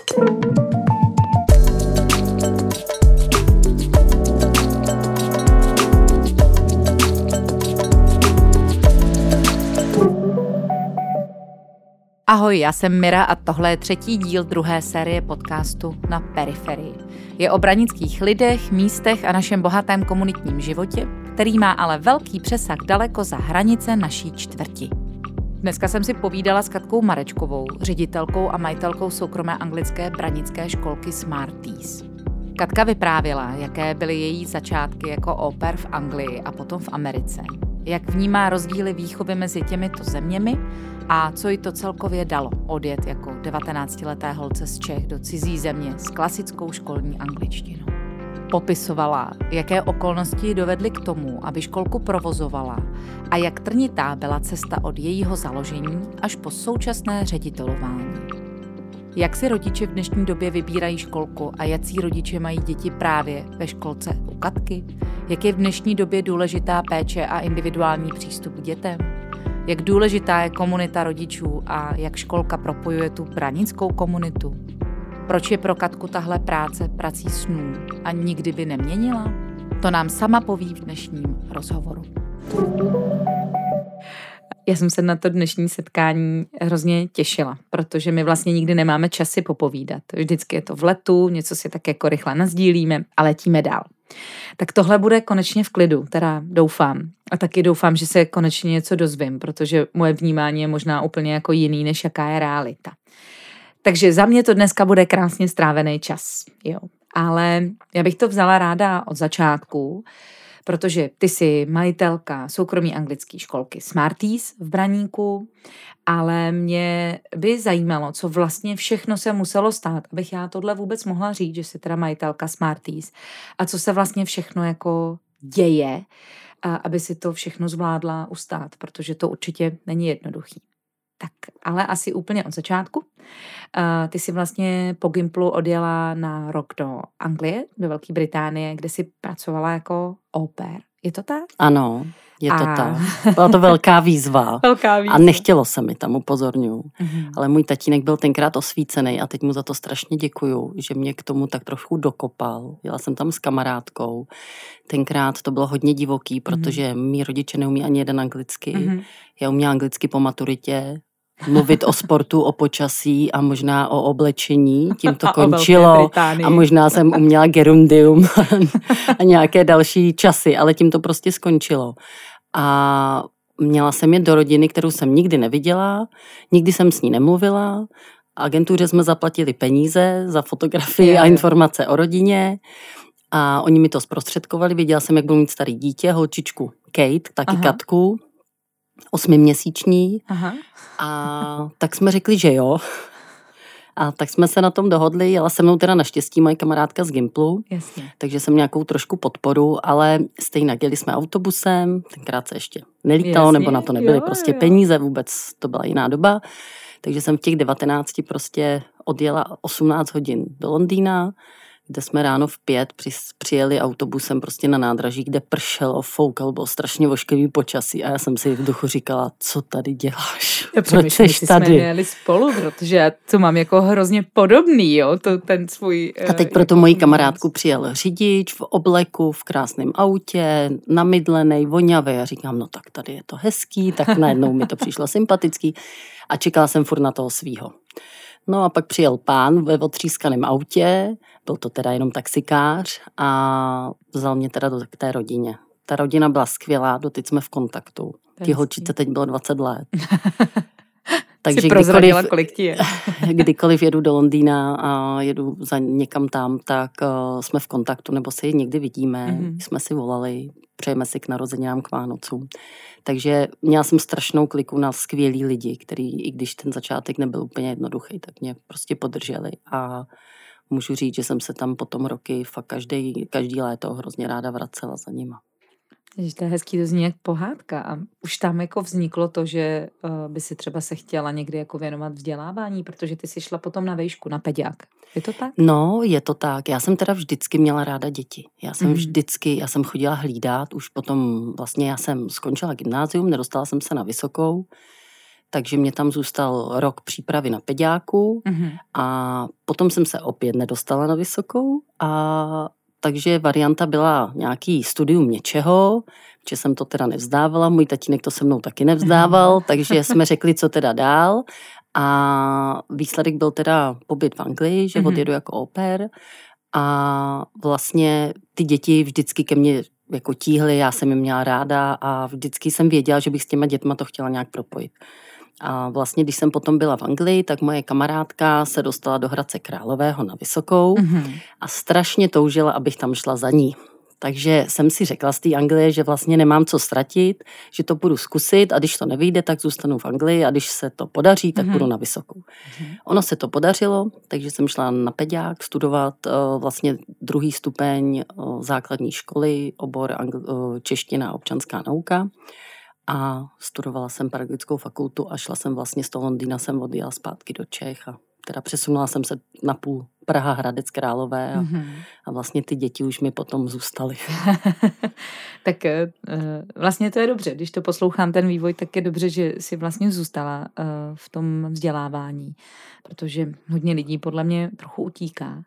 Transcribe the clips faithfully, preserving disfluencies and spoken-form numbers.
Ahoj, já jsem Mira a tohle je třetí díl druhé série podcastu Na periferii. Je o branických lidech, místech a našem bohatém komunitním životě, který má ale velký přesah daleko za hranice naší čtvrti. Dneska jsem si povídala s Katkou Marečkovou, ředitelkou a majitelkou soukromé anglické branické školky Smarties. Katka vyprávěla, jaké byly její začátky jako au pair v Anglii a potom v Americe, jak vnímá rozdíly výchovy mezi těmito zeměmi a co jí to celkově dalo odjet jako devatenáctileté holce z Čech do cizí země s klasickou školní angličtinou. Popisovala, jaké okolnosti ji dovedly k tomu, aby školku provozovala a jak trnitá byla cesta od jejího založení až po současné ředitelování. Jak si rodiče v dnešní době vybírají školku a jací rodiče mají děti právě ve školce u Katky? Jak je v dnešní době důležitá péče a individuální přístup k dětem? Jak důležitá je komunita rodičů a jak školka propojuje tu branickou komunitu? Proč je pro Katku tahle práce prací snů a nikdy by neměnila? To nám sama poví v dnešním rozhovoru. Já jsem se na to dnešní setkání hrozně těšila, protože my vlastně nikdy nemáme čas si popovídat. Vždycky je to v letu, něco si tak jako rychle nasdílíme a letíme dál. Tak tohle bude konečně v klidu, teda doufám. A taky doufám, že se konečně něco dozvím, protože moje vnímání je možná úplně jako jiný, než jaká je realita. Takže za mě to dneska bude krásně strávený čas, jo. Ale já bych to vzala ráda od začátku, protože ty jsi majitelka soukromé anglické školky Smarties v Braníku, ale mě by zajímalo, co vlastně všechno se muselo stát, abych já tohle vůbec mohla říct, že jsi teda majitelka Smarties a co se vlastně všechno jako děje, a aby si to všechno zvládla ustát, protože to určitě není jednoduchý. Tak, ale asi úplně od začátku. Ty jsi vlastně po Gimplu odjela na rok do Anglie, do Velké Británie, kde jsi pracovala jako au pair. Je to tak? Ano, je to a... tak. Byla to velká výzva. Velká výzva. A nechtělo se mi tam, upozorňuji. Mm-hmm. Ale můj tatínek byl tenkrát osvícený a teď mu za to strašně děkuju, že mě k tomu tak trochu dokopal. Jela jsem tam s kamarádkou. Tenkrát to bylo hodně divoký, protože mm-hmm. mý rodiče neumí ani jeden anglicky. Mm-hmm. Já uměla anglicky po maturitě. Mluvit o sportu, o počasí a možná o oblečení. Tím to končilo. A možná jsem uměla gerundium a nějaké další časy, ale tím to prostě skončilo. A měla jsem je do rodiny, kterou jsem nikdy neviděla, nikdy jsem s ní nemluvila. Agentuře jsme zaplatili peníze za fotografii je. a informace o rodině. A oni mi to zprostředkovali. Věděla jsem, jak budu mít starý dítě, holčičku Kate, taky Aha. Katku. Osmiměsíční. Aha. A tak jsme řekli, že jo. A tak jsme se na tom dohodli. Jela se mnou teda naštěstí moje kamarádka z Gimplu. Jasně. Takže jsem nějakou trošku podporu, ale stejně jeli jsme autobusem. Tenkrát se ještě nelítalo, Jasně. nebo na to nebyly jo, prostě jo. peníze. Vůbec to byla jiná doba. Takže jsem v těch devatenácti prostě odjela osmnáct hodin do Londýna, kde jsme ráno v pět přijeli autobusem prostě na nádraží, kde pršelo, foukalo, bylo strašně vošklivý počasí a já jsem si v duchu říkala, co tady děláš? Já Proč jsi tady? Jsme nejeli spolu, protože já to mám jako hrozně podobný, jo, to, ten svůj... A teď pro tu moji kamarádku přijel řidič v obleku, v krásném autě, namydlenej, vonavý. Já říkám, no tak tady je to hezký, tak najednou mi to přišlo sympatický a čekala jsem furt na toho svýho. No a pak přijel pán ve otřískaném autě, byl to teda jenom taxikář a vzal mě teda do, k té rodině. Ta rodina byla skvělá, doteď jsme v kontaktu. Ti holčice teď bylo dvacet let. Takže jsi prozradila, kolik ti je. Kdykoliv jedu do Londýna a jedu za někam tam, tak uh, jsme v kontaktu, nebo se někdy vidíme, mm-hmm. jsme si volali, přejeme si k narozeninám, k Vánocům. Takže měla jsem strašnou kliku na skvělý lidi, který, i když ten začátek nebyl úplně jednoduchý, tak mě prostě podrželi a můžu říct, že jsem se tam potom roky fakt každý, každý léto hrozně ráda vracela za nima. Že to je hezký, to zní jak pohádka a už tam jako vzniklo to, že uh, by si třeba se chtěla někdy jako věnovat vzdělávání, protože ty jsi šla potom na vejšku, na pediák. Je to tak? No, je to tak. Já jsem teda vždycky měla ráda děti. Já jsem mm. vždycky, já jsem chodila hlídat, už potom vlastně já jsem skončila gymnázium, nedostala jsem se na vysokou, takže mě tam zůstal rok přípravy na pediáku Mm-hmm. a potom jsem se opět nedostala na vysokou a takže varianta byla nějaký studium něčeho, že jsem to teda nevzdávala, můj tatínek to se mnou taky nevzdával, takže jsme řekli, co teda dál a výsledek byl teda pobyt v Anglii, že odjedu jako au pair a vlastně ty děti vždycky ke mně jako tíhly, já jsem je měla ráda a vždycky jsem věděla, že bych s těma dětma to chtěla nějak propojit. A vlastně, když jsem potom byla v Anglii, tak moje kamarádka se dostala do Hradce Králového na vysokou mm-hmm. a strašně toužila, abych tam šla za ní. Takže jsem si řekla z té Anglie, že vlastně nemám co ztratit, že to budu zkusit a když to nevyjde, tak zůstanu v Anglii a když se to podaří, tak mm-hmm. budu na vysokou. Mm-hmm. Ono se to podařilo, takže jsem šla na pediák studovat uh, vlastně druhý stupeň uh, základní školy, obor angl- uh, čeština a občanská nauka. A studovala jsem pedagogickou fakultu a šla jsem vlastně z toho Londýna, jsem odjela zpátky do Čech a teda přesunula jsem se na půl Praha, Hradec Králové a, mm-hmm. a vlastně ty děti už mi potom zůstaly. Tak vlastně to je dobře, když to poslouchám ten vývoj, tak je dobře, že jsi vlastně zůstala v tom vzdělávání, protože hodně lidí podle mě trochu utíká.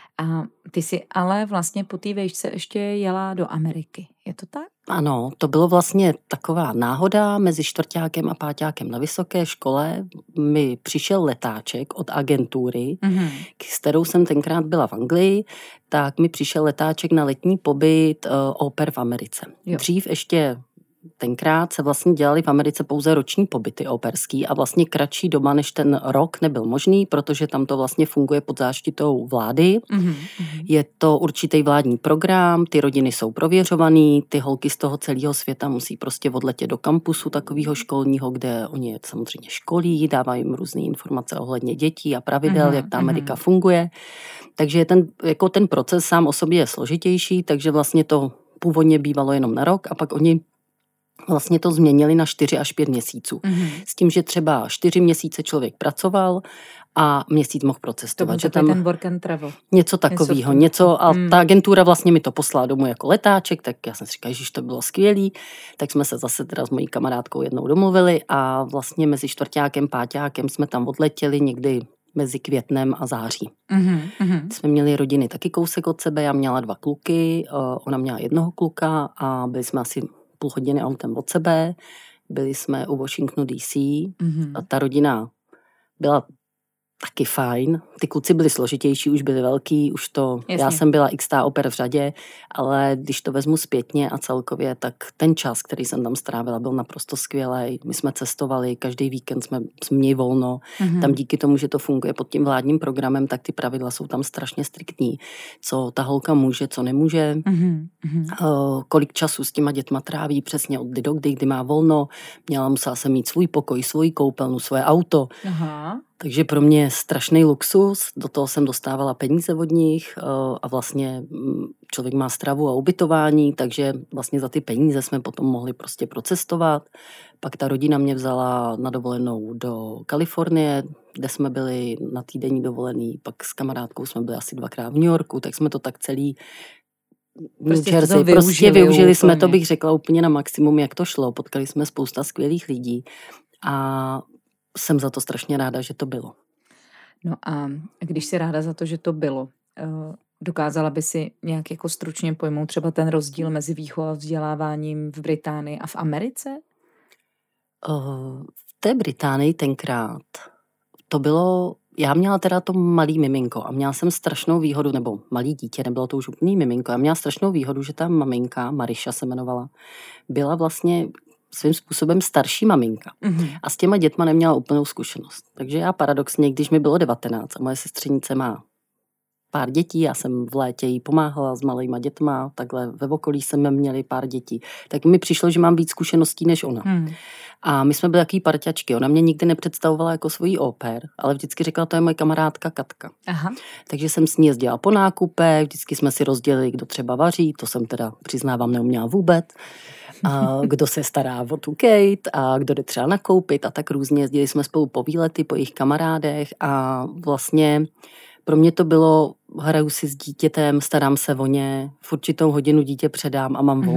A ty jsi ale vlastně po té vejšce ještě jela do Ameriky. Je to tak? Ano, to bylo vlastně taková náhoda mezi čtvrťákem a páťákem na vysoké škole. Mi přišel letáček od agentury, mm-hmm. s kterou jsem tenkrát byla v Anglii, tak mi přišel letáček na letní pobyt uh, au pair v Americe. Jo. Dřív ještě tenkrát se vlastně dělali v Americe pouze roční pobyty auperský a vlastně kratší doba než ten rok nebyl možný, protože tam to vlastně funguje pod záštitou vlády. Mm-hmm. Je to určitý vládní program, ty rodiny jsou prověřovaný, ty holky z toho celého světa musí prostě odletět do kampusu takového školního, kde oni je samozřejmě školí, dávají jim různé informace ohledně dětí a pravidel, mm-hmm. jak ta Amerika mm-hmm. funguje. Takže ten, jako ten proces sám o sobě je složitější, takže vlastně to původně bývalo jenom na rok a pak oni vlastně to změnili na čtyři až pět měsíců. Mm-hmm. S tím, že třeba čtyři měsíce člověk pracoval a měsíc mohl procestovat. To byl takový ten work and travel. Něco takového. Něco, a mm. ta agentura vlastně mi to poslala domů jako letáček, tak já jsem si říkala, že to bylo skvělý. Tak jsme se zase teda s mojí kamarádkou jednou domluvili a vlastně mezi čtvrťákem, páťákem jsme tam odletěli někdy mezi květnem a září. Mm-hmm. Jsme měli rodiny taky kousek od sebe, já měla dva kluky, ona měla jednoho kluka a byli jsme asi půl hodiny autem od sebe, byli jsme u Washingtonu D C mm-hmm. a ta rodina byla taky fajn. Ty kluci byli složitější, už byli velký, už to, Jasně. já jsem byla x au pair v řadě, ale když to vezmu zpětně a celkově, tak ten čas, který jsem tam strávila, byl naprosto skvělý. My jsme cestovali, každý víkend jsme, jsme měli volno. Mm-hmm. Tam díky tomu, že to funguje pod tím vládním programem, tak ty pravidla jsou tam strašně striktní. Co ta holka může, co nemůže, mm-hmm. uh, kolik času s těma dětma tráví, přesně od kdy do kdy, kdy má volno. Měla, musela jsem mít svůj pokoj, svůj koupelnu, svoje auto. Aha. Takže pro mě strašný luxus, do toho jsem dostávala peníze od nich a vlastně člověk má stravu a ubytování, takže vlastně za ty peníze jsme potom mohli prostě procestovat. Pak ta rodina mě vzala na dovolenou do Kalifornie, kde jsme byli na týdenní dovolený, pak s kamarádkou jsme byli asi dvakrát v New Yorku, tak jsme to tak celý Prostě, Jersey, to využili, prostě využili úplně. jsme to, bych řekla, úplně na maximum, jak to šlo. Potkali jsme spousta skvělých lidí a jsem za to strašně ráda, že to bylo. No a když jsi ráda za to, že to bylo, dokázala by si nějak jako stručně pojmout třeba ten rozdíl mezi výchovou a vzděláváním v Británii a v Americe? V té Británii tenkrát to bylo, já měla teda to malý miminko a měla jsem strašnou výhodu, nebo malý dítě, nebylo to už úplný miminko, já měla strašnou výhodu, že ta maminka, Marisha se jmenovala, byla vlastně svým způsobem starší maminka. Mm-hmm. A s těma dětma neměla úplnou zkušenost. Takže já paradoxně, když mi bylo devatenáct a moje sestřenice má pár dětí, já jsem v létě jí pomáhala s malejma dětma, takhle ve okolí jsme měli pár dětí, tak mi přišlo, že mám víc zkušeností než ona. Mm. A my jsme byli takový parťačky. Ona mě nikdy nepředstavovala jako svojí au pair, ale vždycky řekla, to je moje kamarádka Katka. Aha. Takže jsem s ní jezdila po nákupech, vždycky jsme si rozdělili, kdo třeba vaří, to jsem teda přiznávám neuměla vůbec. A kdo se stará o tu Kate a kdo jde třeba nakoupit a tak různě. Jezdili jsme spolu po výlety, po jejich kamarádech a vlastně pro mě to bylo, hraju si s dítětem, starám se o ně, v určitou hodinu dítě předám a mám volno.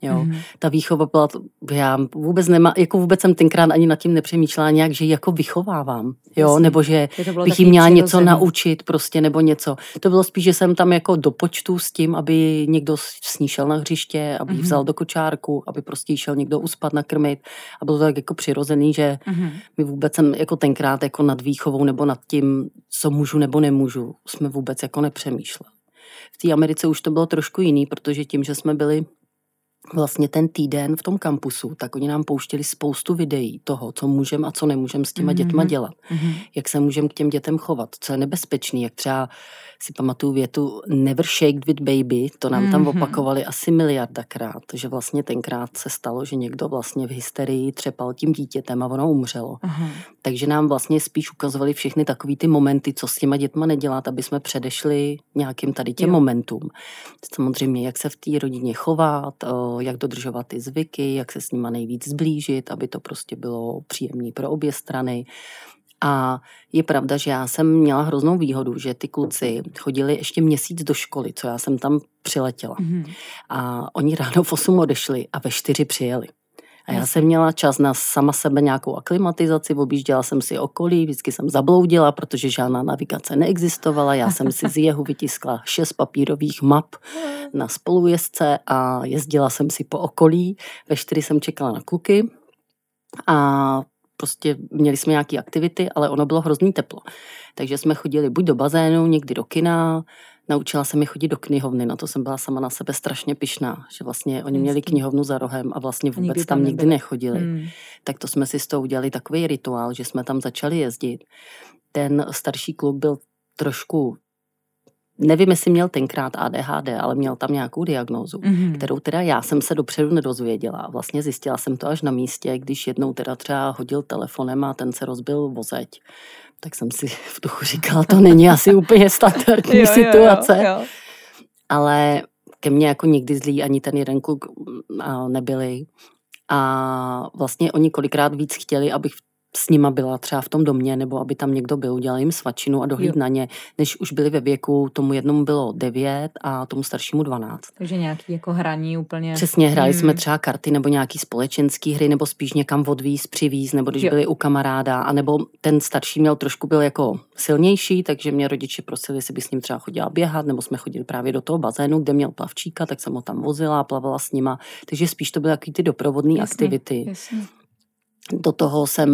Jo. Mm. Ta výchova byla, já vůbec nemá, jako vůbec jsem tenkrát ani nad tím nepřemýšlela nějak, že jako vychovávám, jo, Jasně. nebo že bych jí měla něco naučit prostě, nebo něco. To bylo spíš, že jsem tam jako do počtu s tím, aby někdo s ní šel na hřiště, aby ji mm. vzal do kočárku, aby prostě šel někdo uspat, nakrmit a bylo to tak jako přirozený, že mm. my vůbec jsem jako tenkrát jako nad výchovou nebo nad tím, co můžu nebo nemůžu, jsme vůbec jako nepřemýšleli. V té Americe už to bylo trošku jiný, protože tím, že jsme byli vlastně ten týden v tom kampusu, tak oni nám pouštěli spoustu videí toho, co můžeme a co nemůžeme s těma mm-hmm. dětma dělat. Mm-hmm. Jak se můžeme k těm dětem chovat, co je nebezpečný, jak třeba si pamatuju větu never shake with baby, to nám tam mm-hmm. opakovali asi miliardakrát, že vlastně tenkrát se stalo, že někdo vlastně v hysterii třepal tím dítětem a ono umřelo. Mm-hmm. Takže nám vlastně spíš ukazovali všechny takový ty momenty, co s těma dětma nedělat, aby jsme předešli nějakým tady těm jo. momentům. Samozřejmě, jak se v té rodině chovat, jak dodržovat ty zvyky, jak se s nima nejvíc zblížit, aby to prostě bylo příjemné pro obě strany. A je pravda, že já jsem měla hroznou výhodu, že ty kluci chodili ještě měsíc do školy, co já jsem tam přiletěla. Mm-hmm. A oni ráno v osm odešli a ve čtyři přijeli. A já jsem měla čas na sama sebe nějakou aklimatizaci, objížděla jsem si okolí, vždycky jsem zabloudila, protože žádná navigace neexistovala. Já jsem si z Jihu vytiskla šest papírových map na spolujezdce a jezdila jsem si po okolí. Ve čtyři jsem čekala na kluky a prostě měli jsme nějaké aktivity, ale ono bylo hrozný teplo. Takže jsme chodili buď do bazénu, někdy do kina. Naučila jsem je chodit do knihovny, na to jsem byla sama na sebe strašně pyšná, že vlastně oni měli knihovnu za rohem a vlastně vůbec nikdy tam, tam nikdy nechodili. Hmm. Tak to jsme si s tou udělali takový rituál, že jsme tam začali jezdit. Ten starší kluk byl trošku, nevím, jestli měl tenkrát A D H D, ale měl tam nějakou diagnózu, mm-hmm. kterou teda já jsem se dopředu nedozvěděla. Vlastně zjistila jsem to až na místě, když jednou teda třeba hodil telefonem a ten se rozbil vozeď. Tak jsem si v duchu říkala, to není asi úplně standardní jo, situace. Jo, jo. Ale ke mně jako nikdy zlý ani ten jeden kluk nebyli. A vlastně oni kolikrát víc chtěli, abych s nima byla třeba v tom domě, nebo aby tam někdo byl, udělal jim svačinu a dohlíd jo. na ně, než už byli ve věku, tomu jednomu bylo devět a tomu staršímu dvanáct. Takže nějaký jako hraní úplně. Přesně, hráli hmm. jsme třeba karty nebo nějaký společenský hry, nebo spíš někam odvíz, přivíz, nebo když jo. byli u kamaráda, anebo ten starší měl trošku byl jako silnější, takže mě rodiče prosili, jestli by s ním třeba chodila běhat, nebo jsme chodili právě do toho bazénu, kde měl plavčíka, tak jsem ho tam vozila, plavala s nima, takže spíš to byly takový ty doprovodné aktivity. Jasně. Do toho jsem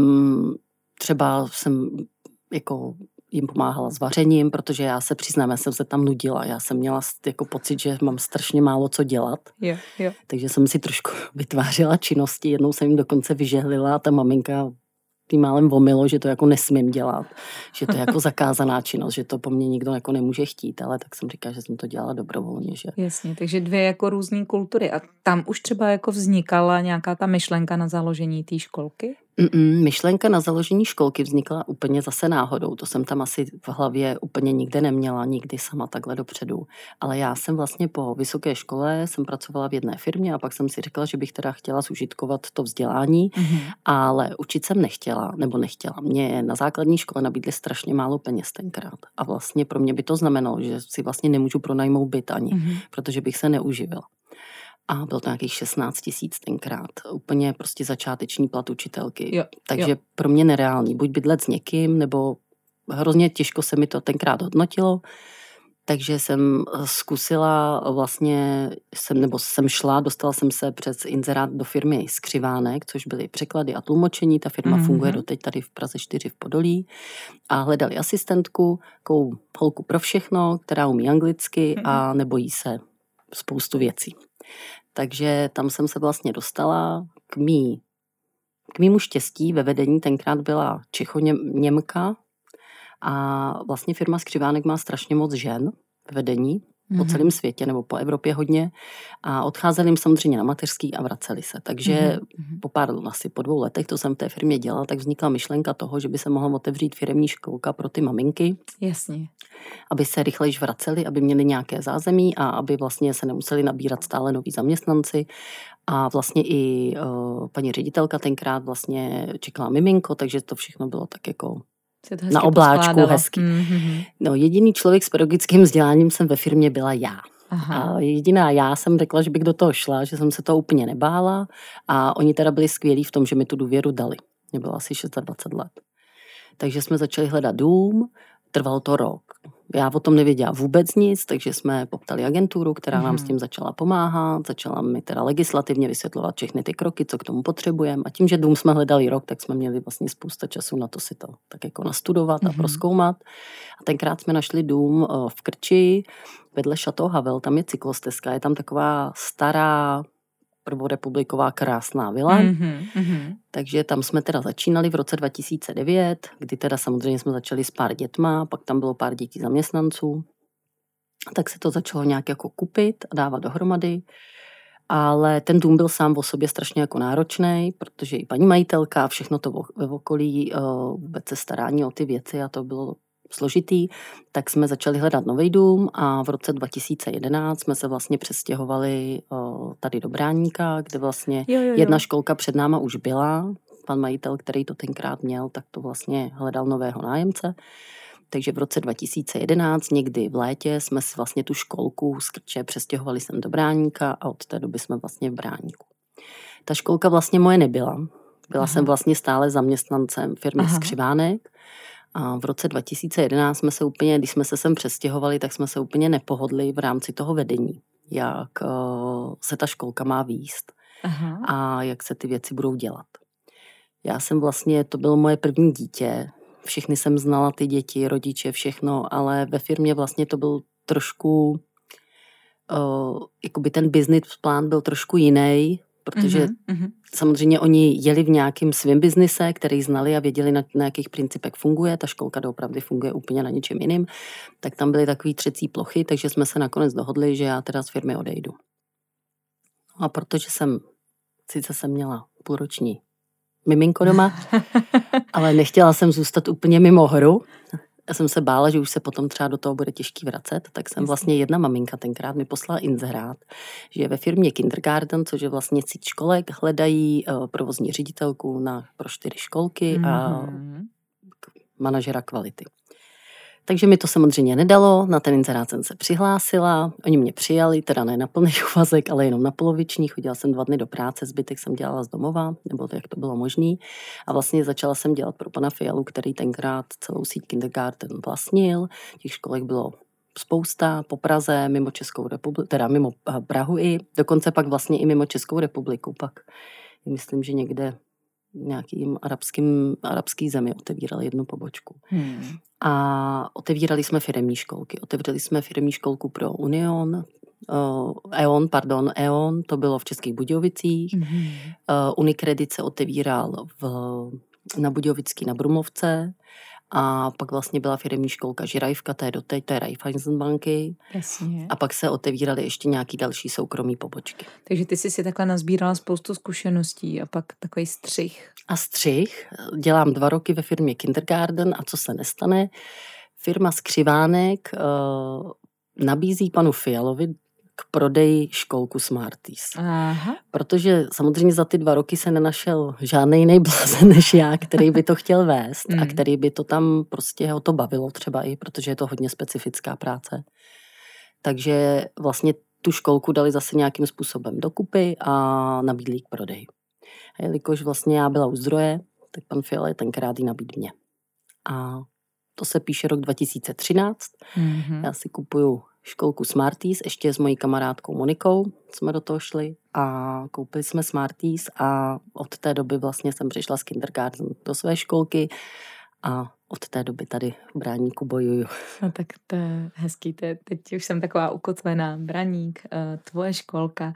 třeba jsem jako jim pomáhala s vařením, protože já se přiznám, já jsem se tam nudila. Já jsem měla jako pocit, že mám strašně málo co dělat. Jo, jo. Takže jsem si trošku vytvářela činnosti. Jednou jsem jim dokonce vyžehlila a ta maminka tím málem vomilo, že to jako nesmím dělat. Že to je jako zakázaná činnost, že to po mně nikdo jako nemůže chtít. Ale tak jsem říkala, že jsem to dělala dobrovolně. Že... Jasně, takže dvě jako různé kultury. A tam už třeba jako vznikala nějaká ta myšlenka na založení té školky? Mm-mm, myšlenka na založení školky vznikla úplně zase náhodou. To jsem tam asi v hlavě úplně nikde neměla, nikdy sama takhle dopředu. Ale já jsem vlastně po vysoké škole jsem pracovala v jedné firmě a pak jsem si řekla, že bych teda chtěla zužitkovat to vzdělání, mm-hmm. ale učit jsem nechtěla, nebo nechtěla. Mě na základní škole nabídli strašně málo peněz tenkrát. A vlastně pro mě by to znamenalo, že si vlastně nemůžu pronajmout byt ani, mm-hmm. protože bych se neuživila. A bylo to nějakých šestnáct tisíc tenkrát. Úplně prostě začáteční plat učitelky. Jo, Takže jo. pro mě nereálný. Buď bydlet s někým, nebo hrozně těžko se mi to tenkrát hodnotilo. Takže jsem zkusila vlastně, jsem, nebo jsem šla, dostala jsem se přes inzerát do firmy Skřivánek, což byly překlady a tlumočení. Ta firma mm-hmm. funguje doteď tady v Praze čtyři v Podolí. A hledali asistentku, takovou holku pro všechno, která umí anglicky mm-hmm. a nebojí se spoustu věcí. Takže tam jsem se vlastně dostala k mý, k mýmu štěstí ve vedení. Tenkrát byla Čecho-Němka a vlastně firma Skřivánek má strašně moc žen v vedení mm-hmm. po celém světě nebo po Evropě hodně a odcházeli jim samozřejmě na mateřský a vraceli se. Takže mm-hmm. po pár, asi po dvou letech, to jsem v té firmě dělala, tak vznikla myšlenka toho, že by se mohla otevřít firemní školka pro ty maminky. Jasně. Aby se rychlejš vraceli, aby měli nějaké zázemí a aby vlastně se nemuseli nabírat stále noví zaměstnanci. A vlastně i uh, paní ředitelka tenkrát vlastně čekala miminko, takže to všechno bylo tak jako na obláčku hezky. Mm-hmm. No, jediný člověk s pedagogickým vzděláním jsem ve firmě byla já. Aha. A jediná já jsem řekla, že bych do toho šla, že jsem se toho úplně nebála a oni teda byli skvělí v tom, že mi tu důvěru dali. Mě bylo asi dvacet šest let. Takže jsme začali hledat dům, trvalo to rok. Já o tom nevěděla vůbec nic, takže jsme poptali agenturu, která nám mm. s tím začala pomáhat, začala mi teda legislativně vysvětlovat všechny ty kroky, co k tomu potřebujeme. A tím, že dům jsme hledali rok, tak jsme měli vlastně spousta času na to si to tak jako nastudovat mm. a prozkoumat. A tenkrát jsme našli dům v Krči, vedle Chateau Havel, tam je cyklostezka, je tam taková stará prvorepubliková krásná vila. Mm-hmm. Takže tam jsme teda začínali v roce dva tisíce devět, kdy teda samozřejmě jsme začali s pár dětma, pak tam bylo pár dětí zaměstnanců. Tak se to začalo nějak jako kupit a dávat dohromady. Ale ten dům byl sám o sobě strašně jako náročný, protože i paní majitelka, všechno to ve okolí, vůbec se starání o ty věci a to bylo složitý, tak jsme začali hledat nový dům a v roce dva tisíce jedenáct jsme se vlastně přestěhovali tady do Bráníka, kde vlastně jo, jo, jo. jedna školka před náma už byla. Pan majitel, který to tenkrát měl, tak to vlastně hledal nového nájemce. Takže v roce dva tisíce jedenáct, někdy v létě, jsme si vlastně tu školku z Krče přestěhovali sem do Bráníka a od té doby jsme vlastně v Bráníku. Ta školka vlastně moje nebyla. Byla Aha. jsem vlastně stále zaměstnancem firmy Aha. Skřivánek. A v roce dva tisíce jedenáct jsme se úplně, když jsme se sem přestěhovali, tak jsme se úplně nepohodli v rámci toho vedení, jak uh, se ta školka má vést Aha. a jak se ty věci budou dělat. Já jsem vlastně, to bylo moje první dítě, všechny jsem znala ty děti, rodiče, všechno, ale ve firmě vlastně to byl trošku, uh, jakoby ten business plán byl trošku jiný, protože mm-hmm. samozřejmě oni jeli v nějakém svém biznise, který znali a věděli, na, na jakých principech funguje. Ta školka doopravdy funguje úplně na něčem jiným. Tak tam byly takový třecí plochy, takže jsme se nakonec dohodli, že já teda z firmy odejdu. A protože jsem, sice jsem měla půlroční miminko doma, ale nechtěla jsem zůstat úplně mimo hru. Já jsem se bála, že už se potom třeba do toho bude těžký vracet, tak jsem vlastně jedna maminka tenkrát mi poslala inzerát, že ve firmě Kindergarten, což je vlastně síť školek, hledají uh, provozní ředitelku na, pro čtyři školky mm-hmm. a manažera kvality. Takže mi to samozřejmě nedalo, na ten inzerát jsem se přihlásila, oni mě přijali, teda ne na plný úvazek, ale jenom na poloviční, chodila jsem dva dny do práce, zbytek jsem dělala z domova, nebo to, jak to bylo možný. A vlastně začala jsem dělat pro pana Fialu, který tenkrát celou síť Kindergarten vlastnil, těch školek bylo spousta po Praze, mimo Českou republiku, teda mimo Prahu i, dokonce pak vlastně i mimo Českou republiku, pak myslím, že někde nějakým arabským, arabský zemi otevírali jednu pobočku. Hmm. A otevírali jsme firemní školky. Otevřeli jsme firemní školku pro Union, uh, E O N, pardon, E O N, to bylo v Českých Budějovicích. Hmm. Uh, Unicredit se otevíral v, na Budějovický na Brumovce a pak vlastně byla firemní školka Žirajvka, to je doteď, to je Raiffeisenbanky. Jasně. A pak se otevíraly ještě nějaký další soukromý pobočky. Takže ty jsi si takhle nazbírala spoustu zkušeností a pak takový střih. A střih. Dělám dva roky ve firmě Kindergarten a co se nestane? Firma Skřivánek uh, nabízí panu Fialovi k prodeji školku Smarties. Aha. Protože samozřejmě za ty dva roky se nenašel žádný jiný blázen než já, který by to chtěl vést mm. a který by to tam prostě ho to bavilo třeba i, protože je to hodně specifická práce. Takže vlastně tu školku dali zase nějakým způsobem dokupy a nabídli k prodeji. A jelikož vlastně já byla u zdroje, tak pan Fiala tenkrát ji nabídl mě. A to se píše rok dva tisíce třináct. Mm-hmm. Já si kupuju školku Smarties, ještě s mojí kamarádkou Monikou jsme do toho šli a koupili jsme Smarties a od té doby vlastně jsem přišla z Kindergarten do své školky a od té doby tady v Bráníku bojuju. No tak to je hezký, to je, teď už jsem taková ukotvená. Braník, tvoje školka.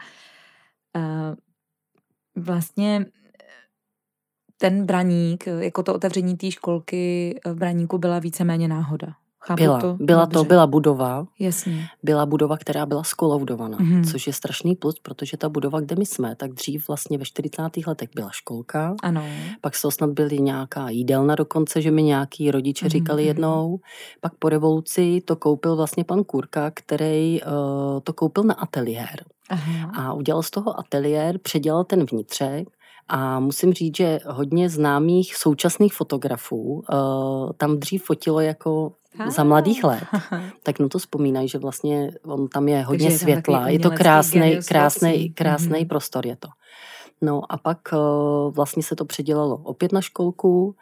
Vlastně ten Braník, jako to otevření té školky v Braníku byla víceméně náhoda. Chápu byla, to? byla to, byla budova. Jasně. Byla budova, která byla skolaudovaná, mm-hmm. což je strašný plus, protože ta budova, kde my jsme, tak dřív vlastně ve čtyřicátých letech byla školka. Ano. Pak to snad byly nějaká jídelna dokonce, že mi nějaký rodiče mm-hmm. říkali jednou. Pak po revoluci to koupil vlastně pan Kurka, který uh, to koupil na ateliér. Aha. A udělal z toho ateliér, předělal ten vnitřek. A musím říct, že hodně známých současných fotografů uh, tam dřív fotilo jako za mladých let, tak na to vzpomínají, že vlastně on tam je hodně Takže je světla. Je to krásný, krásný, krásný mm-hmm. prostor je to. No a pak vlastně se to předělalo opět na školku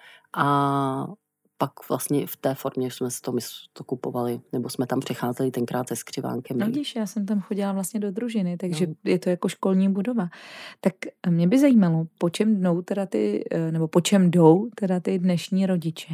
a pak vlastně v té formě jsme si to, my to kupovali, nebo jsme tam přecházeli tenkrát se skřivánkem. No vidíš, já jsem tam chodila vlastně do družiny, takže no. je to jako školní budova. Tak mě by zajímalo, po čem jdou teda ty, nebo po čem jdou teda ty dnešní rodiče,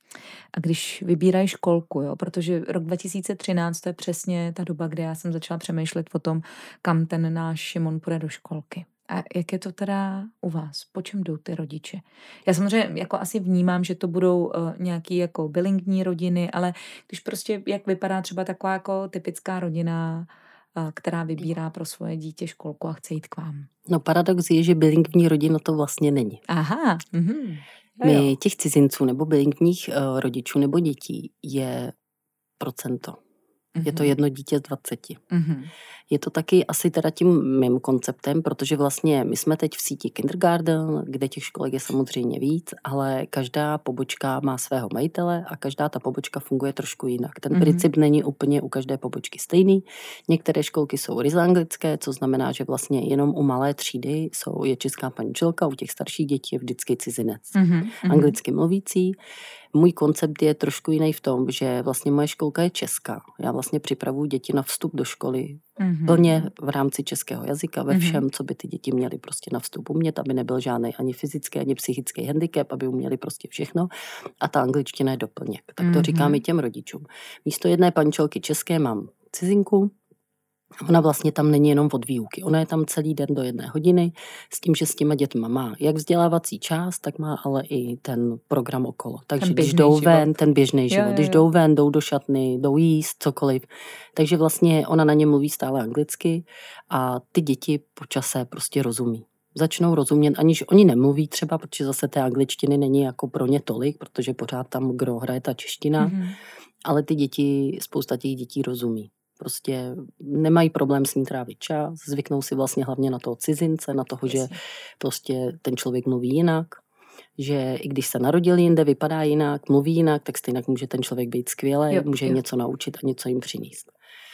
a když vybírají školku, jo, protože rok dva tisíce třináct to je přesně ta doba, kdy já jsem začala přemýšlet o tom, kam ten náš Šimon půjde do školky. A jak je to teda u vás? Po čem jdou ty rodiče? Já samozřejmě jako asi vnímám, že to budou uh, nějaký jako bilingvní rodiny, ale když prostě, jak vypadá třeba taková jako typická rodina, uh, která vybírá pro svoje dítě školku a chce jít k vám. No paradox je, že bilingvní rodina to vlastně není. Aha. Mhm. My těch cizinců nebo bilingvních uh, rodičů nebo dětí je procento. Mm-hmm. Je to jedno dítě z dvaceti. Mm-hmm. Je to taky asi teda tím mým konceptem, protože vlastně my jsme teď v síti kindergarten, kde těch školek je samozřejmě víc, ale každá pobočka má svého majitele a každá ta pobočka funguje trošku jinak. Ten mm-hmm. princip není úplně u každé pobočky stejný. Některé školky jsou ryze anglické, co znamená, že vlastně jenom u malé třídy jsou, je česká paní učitelka, u těch starších dětí je vždycky cizinec. Mm-hmm. Anglicky mluvící. Můj koncept je trošku jiný v tom, že vlastně moje školka je česká. Já vlastně připravuji děti na vstup do školy mm-hmm. plně v rámci českého jazyka, ve všem, mm-hmm. co by ty děti měly prostě na vstup umět, aby nebyl žádný ani fyzický, ani psychický handicap, aby uměli prostě všechno. A ta angličtina je doplněk. Tak to mm-hmm. říkám i těm rodičům. Místo jedné pančelky české mám cizinku. Ona vlastně tam není jenom od výuky. Ona je tam celý den do jedné hodiny s tím, že s těma dětma má jak vzdělávací část, tak má ale i ten program okolo. Takže když jdou život. ven, ten běžný život, jo, jo, jo. Když jdou ven, jdou do šatny, jdou jíst, cokoliv. Takže vlastně ona na ně mluví stále anglicky a ty děti po čase prostě rozumí. Začnou rozumět, aniž oni nemluví třeba, protože zase té angličtiny není jako pro ně tolik, protože pořád tam gro hraje ta čeština, mm-hmm. ale ty děti, spousta těch dětí rozumí. Prostě nemají problém s ní trávit čas, zvyknou si vlastně hlavně na toho cizince, na toho, že prostě ten člověk mluví jinak, že i když se narodil jinde, vypadá jinak, mluví jinak, tak stejně může ten člověk být skvělý, jo, může jo. něco naučit a něco jim přinést.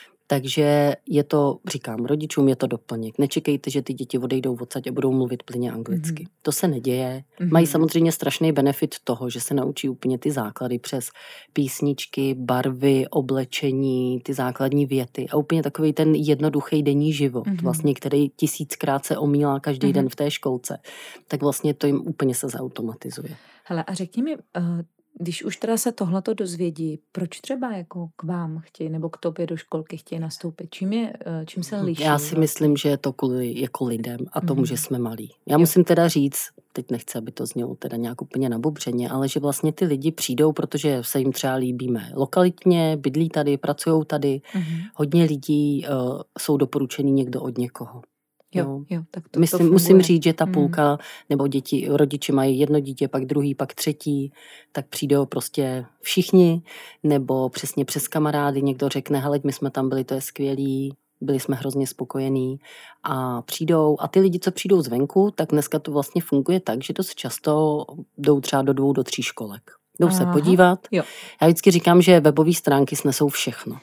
Takže je to, říkám rodičům, je to doplněk. Nečekejte, že ty děti odejdou odsaď a budou mluvit plně anglicky. Mm-hmm. To se neděje. Mm-hmm. Mají samozřejmě strašný benefit toho, že se naučí úplně ty základy přes písničky, barvy, oblečení, ty základní věty a úplně takový ten jednoduchý denní život, mm-hmm. vlastně, který tisíckrát se omílá každý mm-hmm. den v té školce. Tak vlastně to jim úplně se zautomatizuje. Hele, a řekni mi, uh... když už teda se tohleto dozvědí, proč třeba jako k vám chtějí nebo k tobě do školky chtějí nastoupit? Čím, je, čím se liší? Já si myslím, že je to kvůli jako lidem a tomu, mm. že jsme malí. Já jo. musím teda říct, teď nechci, aby to znělo teda nějak úplně nabubřeně, ale že vlastně ty lidi přijdou, protože se jim třeba líbíme lokalitně, bydlí tady, pracují tady. Mm. Hodně lidí uh, jsou doporučení někdo od někoho. Jo, jo, tak to, Myslím, to musím říct, že ta půlka, hmm. nebo děti, rodiče mají jedno dítě, pak druhý, pak třetí, tak přijdou prostě všichni, nebo přesně přes kamarády někdo řekne, hele, my jsme tam byli, to je skvělý, byli jsme hrozně spokojení a přijdou, a ty lidi, co přijdou zvenku, tak dneska to vlastně funguje tak, že dost často jdou třeba do dvou, do tří školek. Jdou Aha, se podívat. Jo. Já vždycky říkám, že webové stránky snesou všechno.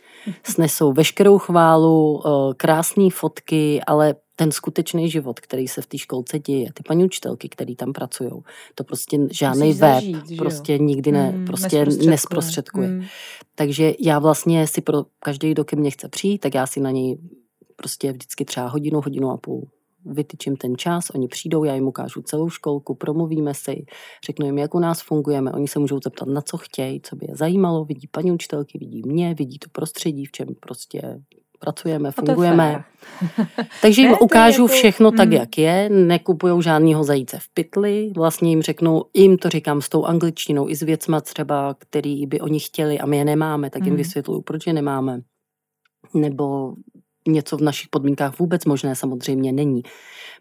Snesou veškerou chválu, krásné fotky, ale ten skutečný život, který se v té školce děje, ty paní učitelky, který tam pracují, to prostě žádný web zažít, prostě nikdy ne, mm, prostě nesprostředkuje. Mm. Takže já vlastně si pro každý, kdo ke mně chce přijít, tak já si na něj prostě vždycky třeba hodinu, hodinu a půl vytyčím ten čas, oni přijdou, já jim ukážu celou školku, promluvíme si, řeknu jim, jak u nás fungujeme, oni se můžou zeptat, na co chtějí, co by je zajímalo, vidí paní učitelky, vidí mě, vidí to prostředí, v čem prostě pracujeme, fungujeme. Takže jim ne, ukážu jako... všechno tak, mm. jak je, nekupujou žádnýho zajíce v pytli, vlastně jim řeknu, jim to říkám s tou angličtinou, i s věcma třeba, který by oni chtěli a my je nemáme, tak jim mm. vysvětluju, proč je nemáme. Nebo něco v našich podmínkách vůbec možné samozřejmě není.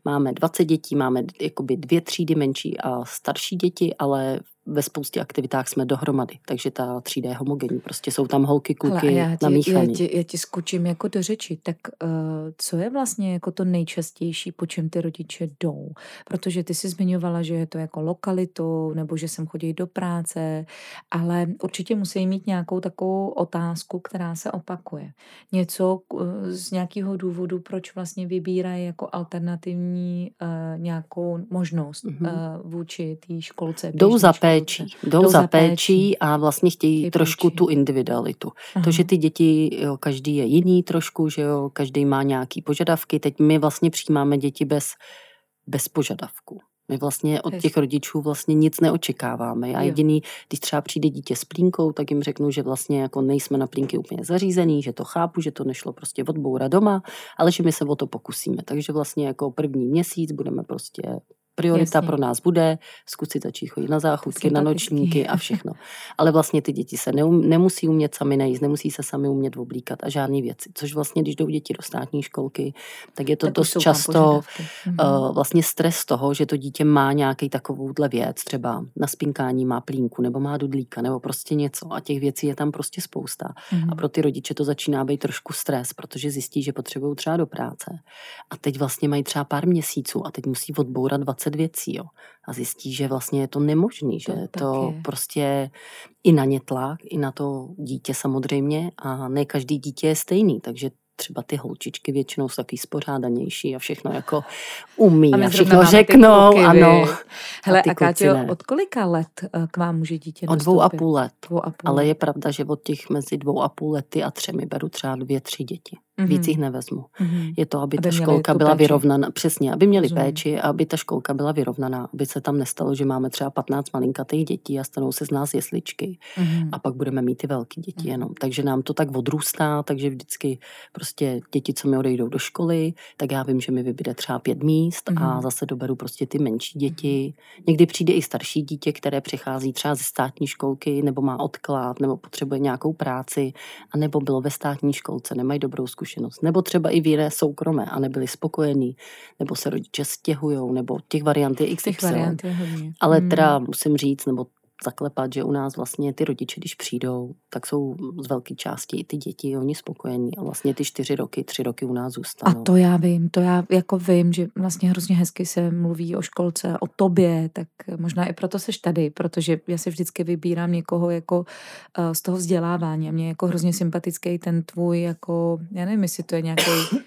máme dvacet dětí, máme jakoby dvě třídy menší a starší děti, ale ve spoustě aktivitách jsme dohromady, takže ta třída je homogenní. Prostě jsou tam holky, kluky já ti, namíchaný. Já ti, já ti skočím jako do řeči. Tak uh, co je vlastně jako to nejčastější, po čem ty rodiče jdou? Protože ty jsi zmiňovala, že je to jako lokalitou, nebo že sem chodí do práce, ale určitě musí mít nějakou takovou otázku, která se opakuje. Něco uh, z nějakého důvodu, proč vlastně vybírají jako alternativní uh, nějakou možnost mm-hmm. uh, vůči té školce. Jdou za péčí. Jdou za péčí a vlastně chtějí Chtějí trošku péči. tu individualitu. Aha. To, že ty děti, jo, každý je jiný trošku, že jo, každý má nějaký požadavky. Teď my vlastně přijímáme děti bez, bez požadavků. My vlastně od těch rodičů vlastně nic neočekáváme. Já jediný, když třeba přijde dítě s plínkou, tak jim řeknu, že vlastně jako nejsme na plínky úplně zařízený, že to chápu, že to nešlo prostě odbourat doma, ale že my se o to pokusíme. Takže vlastně jako první měsíc budeme prostě priorita Jasně. pro nás bude zkusit začít chodit na záchůzky, na nočníky a všechno. Ale vlastně ty děti se neum, nemusí umět sami najíst, nemusí se sami umět oblíkat a žádné věci. Což vlastně, když jdou děti do státní školky, tak je to tak dost často uh, vlastně stres toho, že to dítě má nějaký takovouhle věc, třeba na spinkání má plínku, nebo má dudlíka, nebo prostě něco. A těch věcí je tam prostě spousta. Mm. A pro ty rodiče to začíná být trošku stres, protože zjistí, že potřebují třeba do práce. A teď vlastně mají třeba pár měsíců a teď musí odbourat dvacet věcí, jo. A zjistí, že vlastně je to nemožný, že to, to prostě i na ně tlak, i na to dítě samozřejmě a ne každý dítě je stejný, takže třeba ty holčičky většinou jsou taky spořádanější a všechno jako umí a, a všechno řeknou, kluky, ano. Hele, a, a Káťo, od kolika let k vám může dítě nastoupit? Od dvou a půl let. Dvou a půl. Ale je pravda, že od těch mezi dvou a půl lety a třemi beru třeba dvě, tři děti. Mm-hmm. Víc jich nevezmu. Mm-hmm. Je to, aby, aby ta školka byla péči. vyrovnaná. Přesně, aby měli Rozumím. péči a aby ta školka byla vyrovnaná. Aby se tam nestalo, že máme třeba patnáct malinkatých dětí a stanou se z nás jesličky. Mm-hmm. A pak budeme mít ty velké děti mm-hmm. jenom. Takže nám to tak odrůstá, takže vždycky prostě děti, co mi odejdou do školy, tak já vím, že mi vybude třeba pět míst mm-hmm. a zase doberu prostě ty menší děti. Někdy přijde i starší dítě, které přichází třeba ze státní školky nebo má odklad, nebo potřebuje nějakou práci, a nebo bylo ve státní školce, nemají dobrou zkušenost. Nebo třeba i v jiné soukromé a nebyli spokojení, nebo se rodiče stěhujou, nebo těch variant je iks iks el. Variant je hodně. Ale hmm. teda musím říct, nebo zaklepat, že u nás vlastně ty rodiče, když přijdou, tak jsou z velké části i ty děti, oni spokojení a vlastně ty čtyři roky, tři roky u nás zůstanou. A to já vím, to já jako vím, že vlastně hrozně hezky se mluví o školce, o tobě, tak možná i proto seš tady, protože já si vždycky vybírám někoho jako uh, z toho vzdělávání a mě je jako hrozně sympatický ten tvůj jako, já nevím, jestli to je nějaký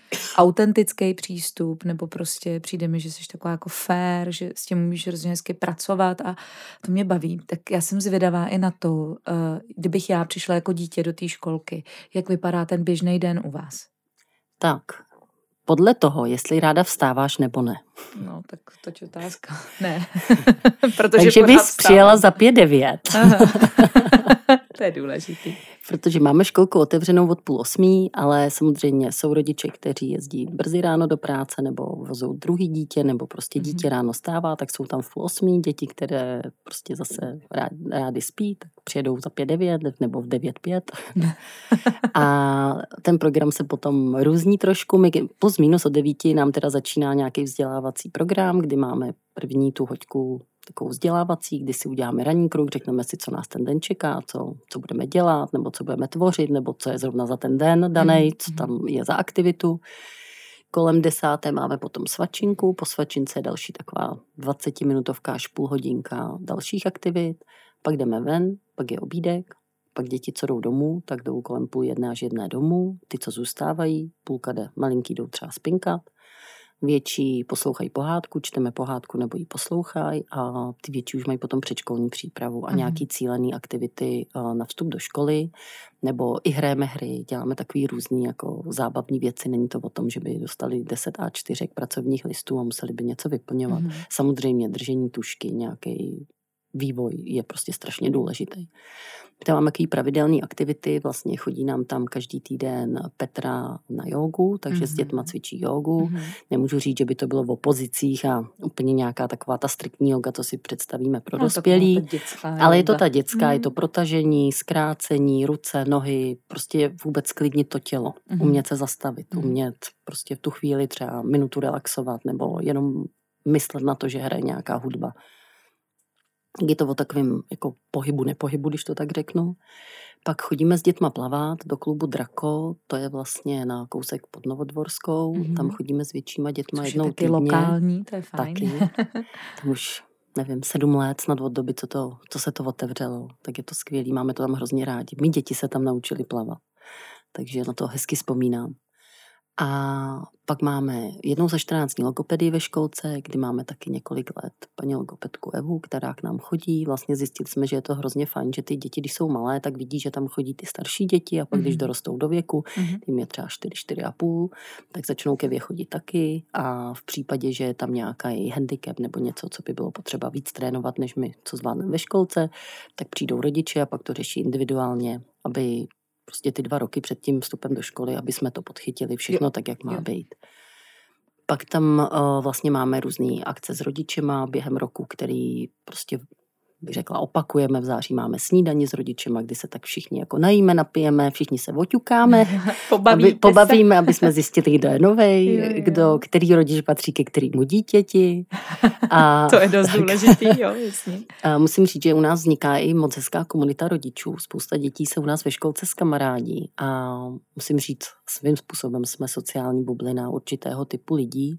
autentický přístup, nebo prostě přijde mi, že jsi taková jako fair, že s tím můžeš hrozně hezky pracovat a to mě baví. Tak já jsem zvědavá i na to, kdybych já přišla jako dítě do té školky, jak vypadá ten běžný den u vás? Tak, podle toho, jestli ráda vstáváš nebo ne. No, tak to je otázka. Ne. Protože Takže bys vstávám. Přijela za pět devět. To je důležitý. Protože máme školku otevřenou od půl osmí, ale samozřejmě jsou rodiče, kteří jezdí brzy ráno do práce nebo vozou druhý dítě, nebo prostě dítě mm-hmm. ráno stává, tak jsou tam v půl osmí. Děti, které prostě zase rádi, rádi spí, tak přijedou za pět devět nebo v devět pět. A ten program se potom různí trošku. My plus minus od devíti nám teda začíná nějaký vzdělávací program, kdy máme první tu hoďku takovou vzdělávací, kdy si uděláme ranní kruh, řekneme si, co nás ten den čeká, co, co budeme dělat, nebo co budeme tvořit, nebo co je zrovna za ten den danej, co tam je za aktivitu. Kolem desáté máme potom svačinku, po svačince je další taková dvacetiminutovka až půl hodinka dalších aktivit, pak jdeme ven, pak je obídek, pak děti, co jdou domů, tak jdou kolem půl jedné až jedné domů, ty, co zůstávají, půlka jde, malinký jdou třeba spinkat, větší poslouchají pohádku, čteme pohádku nebo ji poslouchají a ty větší už mají potom předškolní přípravu a mm. nějaký cílený aktivity na vstup do školy nebo i hrajeme hry, děláme takový různý jako zábavní věci, není to o tom, že by dostali deset á čtyři pracovních listů a museli by něco vyplňovat. Mm. Samozřejmě držení tušky, nějaký vývoj je prostě strašně důležitý. Tam máme takový pravidelné aktivity, vlastně chodí nám tam každý týden Petra na jógu, takže mm-hmm. s dětma cvičí jógu. Mm-hmm. Nemůžu říct, že by to bylo v opozicích a úplně nějaká taková ta striktní jóga, to si představíme pro no, dospělí. Ale je to ta dětská, mm-hmm. je to protažení, zkrácení, ruce, nohy, prostě vůbec sklidnit to tělo, mm-hmm. umět se zastavit, mm-hmm. umět prostě v tu chvíli třeba minutu relaxovat nebo jenom myslet na to, že hraje nějaká hudba. Je to o takovém jako pohybu, nepohybu, když to tak řeknu. Pak chodíme s dětma plavat do klubu Drako, to je vlastně na kousek pod Novodvorskou. Mm-hmm. Tam chodíme s většíma dětma což jednou je taky týdně. lokální, to je fajn. Taky. Tam už, nevím, sedm let snad od doby, co, to, co se to otevřelo. Tak je to skvělý, máme to tam hrozně rádi. My děti se tam naučili plavat, takže na to hezky vzpomínám. A pak máme jednou za čtrnáct dní logopedii ve školce, kdy máme taky několik let paní logopedku Evu, která k nám chodí. Vlastně zjistili jsme, že je to hrozně fajn, že ty děti, když jsou malé, tak vidí, že tam chodí ty starší děti a pak, mm-hmm. když dorostou do věku, mm-hmm. tím je třeba čtyři, čtyři a půl, tak začnou ke Evě chodit taky a v případě, že je tam nějaký handicap nebo něco, co by bylo potřeba víc trénovat, než my, co zvládneme ve školce, tak přijdou rodiče a pak to řeší individuálně, aby prostě ty dva roky před tím vstupem do školy, aby jsme to podchytili všechno jo. tak, jak má jo. být. Pak tam uh, vlastně máme různé akce s rodičema během roku, který prostě bych řekla, opakujeme. V září máme snídaní s rodičema, kdy se tak všichni jako najíme, napijeme, všichni se oťukáme, aby, pobavíme, aby jsme zjistili, kdo je novej, jo, jo. Kdo, který rodič patří ke kterému dítěti. A to je dost tak, důležitý, jo, jasně. A musím říct, že u nás vzniká i moc hezká komunita rodičů. Spousta dětí se u nás ve školce skamarádí a musím říct, svým způsobem jsme sociální bublina určitého typu lidí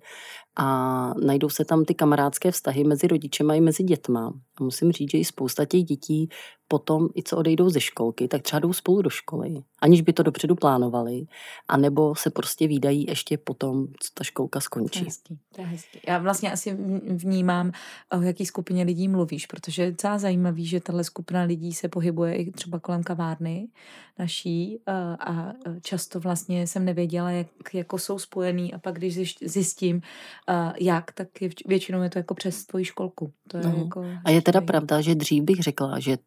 a najdou se tam ty kamarádské vztahy mezi rodičema i mezi dětma. A musím říct, že i spousta těch dětí potom, i co odejdou ze školky, tak třeba jdou spolu do školy, aniž by to dopředu plánovali, anebo se prostě vídají ještě potom, co ta školka skončí. To je hezký, to je hezký. Já vlastně asi vnímám, o jaký skupině lidí mluvíš, protože je docela zajímavý, že tahle skupina lidí se pohybuje i třeba kolem kavárny naší a často vlastně jsem nevěděla, jak jako jsou spojený a pak když zjistím, jak, tak je, většinou je to jako přes tvoji školku. To je no. jako a je teda pravda, že dřív bych řekla, že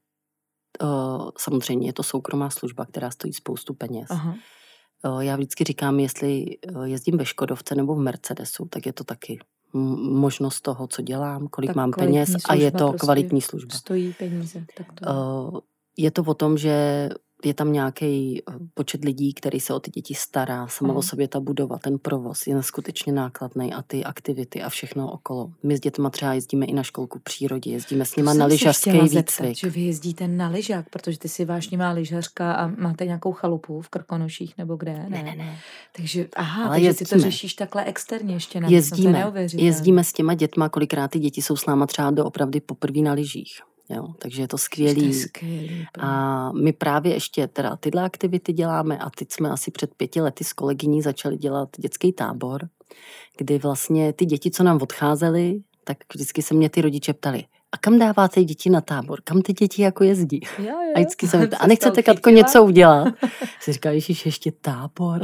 Uh, samozřejmě je to soukromá služba, která stojí spoustu peněz. Aha. Uh, já vždycky říkám, jestli jezdím ve Škodovce nebo v Mercedesu, tak je to taky m- možnost toho, co dělám, kolik tak mám peněz a je to prostě kvalitní služba. Stojí peníze. Tak to... uh, je to o tom, že je tam nějaký počet lidí, který se o ty děti stará, sama o sobě ta budova, ten provoz je neskutečně nákladný a ty aktivity a všechno okolo. My s dětma třeba jezdíme i na školku přírody, jezdíme s nima na lyžařský výcvik. Že vy jezdíte na lyžák, protože ty jsi vášnivá lyžařka a máte nějakou chalupu v Krkonoších nebo kde? Ne, ne, ne. ne. Takže, aha, ale takže jezdíme. Ty to řešíš takhle externě ještě. Na jezdíme, jezdíme s těma dětma, kolikrát ty děti jsou s náma třeba doopravdy poprvé na lyžích. Jo, takže je to skvělý. Je skvělý a my právě ještě teda tyhle aktivity děláme a teď jsme asi před pěti lety s kolegyní začali dělat dětský tábor, kdy vlastně ty děti, co nám odcházely, tak vždycky se mě ty rodiče ptali, a kam dáváte děti na tábor? Kam ty děti jako jezdí? Jo, jo. A vždycky jsem a nechcete, Katko, něco udělat? Si říkala, ježiš, ještě tábor.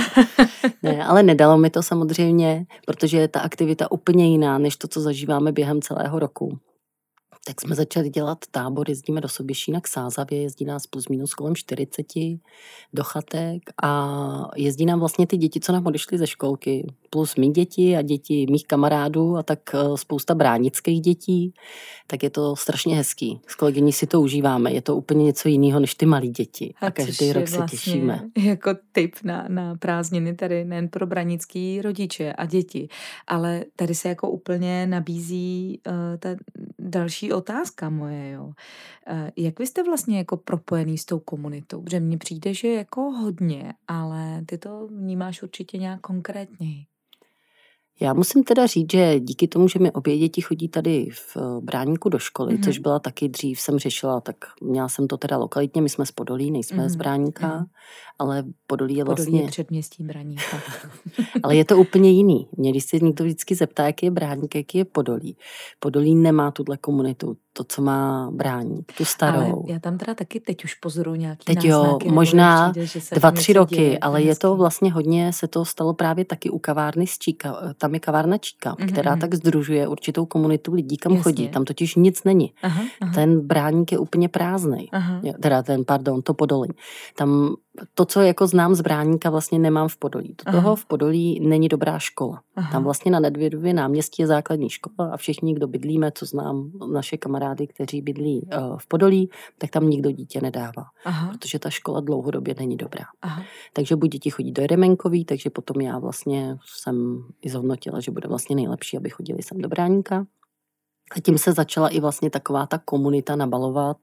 Ne, ale nedalo mi to samozřejmě, protože je ta aktivita úplně jiná, než to, co zažíváme během celého roku. Tak jsme začali dělat tábor, jezdíme do Soběšína k Sázavě, jezdí nás plus minus kolem čtyřiceti do chatek a jezdí nám vlastně ty děti, co nám odešly ze školky, plus mý děti a děti mých kamarádů a tak spousta bránických dětí, tak je to strašně hezký. S kolegyní si to užíváme, je to úplně něco jiného než ty malí děti a, a každý rok vlastně se těšíme. Jako tip na, na prázdniny tady nejen pro branický rodiče a děti, ale tady se jako úplně nabízí uh, ta další otázka moje, jo. Jak vy jste vlastně jako propojený s tou komunitou? Protože mně přijde, že jako hodně, ale ty to vnímáš určitě nějak konkrétněji. Já musím teda říct, že díky tomu, že mi obě děti chodí tady v Bráníku do školy, mm-hmm. což byla taky dřív, jsem řešila, tak měla jsem to teda lokalitně, my jsme z Podolí, nejsme mm-hmm. z Bráníka, mm-hmm. ale Podolí je vlastně... Podolí je předměstí Braníka. Ale je to úplně jiný. Mě, když se někdo vždycky zeptá, jaký je Bráník, jaký je Podolí. Podolí nemá tuhle komunitu, to, co má Bráník, tu starou. Ale já tam teda taky teď už pozoruju nějaký teď náznaky. Jo, možná přijde, dva, tři roky, děje, ale je to vlastně hodně, se to stalo právě taky u kavárny Sčíka, tam je kavárna Číka, Mhm, která mhm. tak sdružuje určitou komunitu lidí, kam Jasně. chodí. Tam totiž nic není. Aha, aha. Ten Bráník je úplně prázdnej. Aha. Jo, Teda ten, pardon, to Podolí. Tam to, co jako znám z Bráníka, vlastně nemám v Podolí. Do toho Aha. v Podolí není dobrá škola. Aha. Tam vlastně na Nedvědově náměstí je základní škola a všichni, kdo bydlíme, co znám naše kamarády, kteří bydlí uh, v Podolí, tak tam nikdo dítě nedává. Aha. Protože ta škola dlouhodobě není dobrá. Aha. Takže buď děti chodí do Jeremenkový, takže potom já vlastně jsem i zhodnotila, že bude vlastně nejlepší, aby chodili sem do Bráníka. A tím se začala i vlastně taková ta komunita nabalovat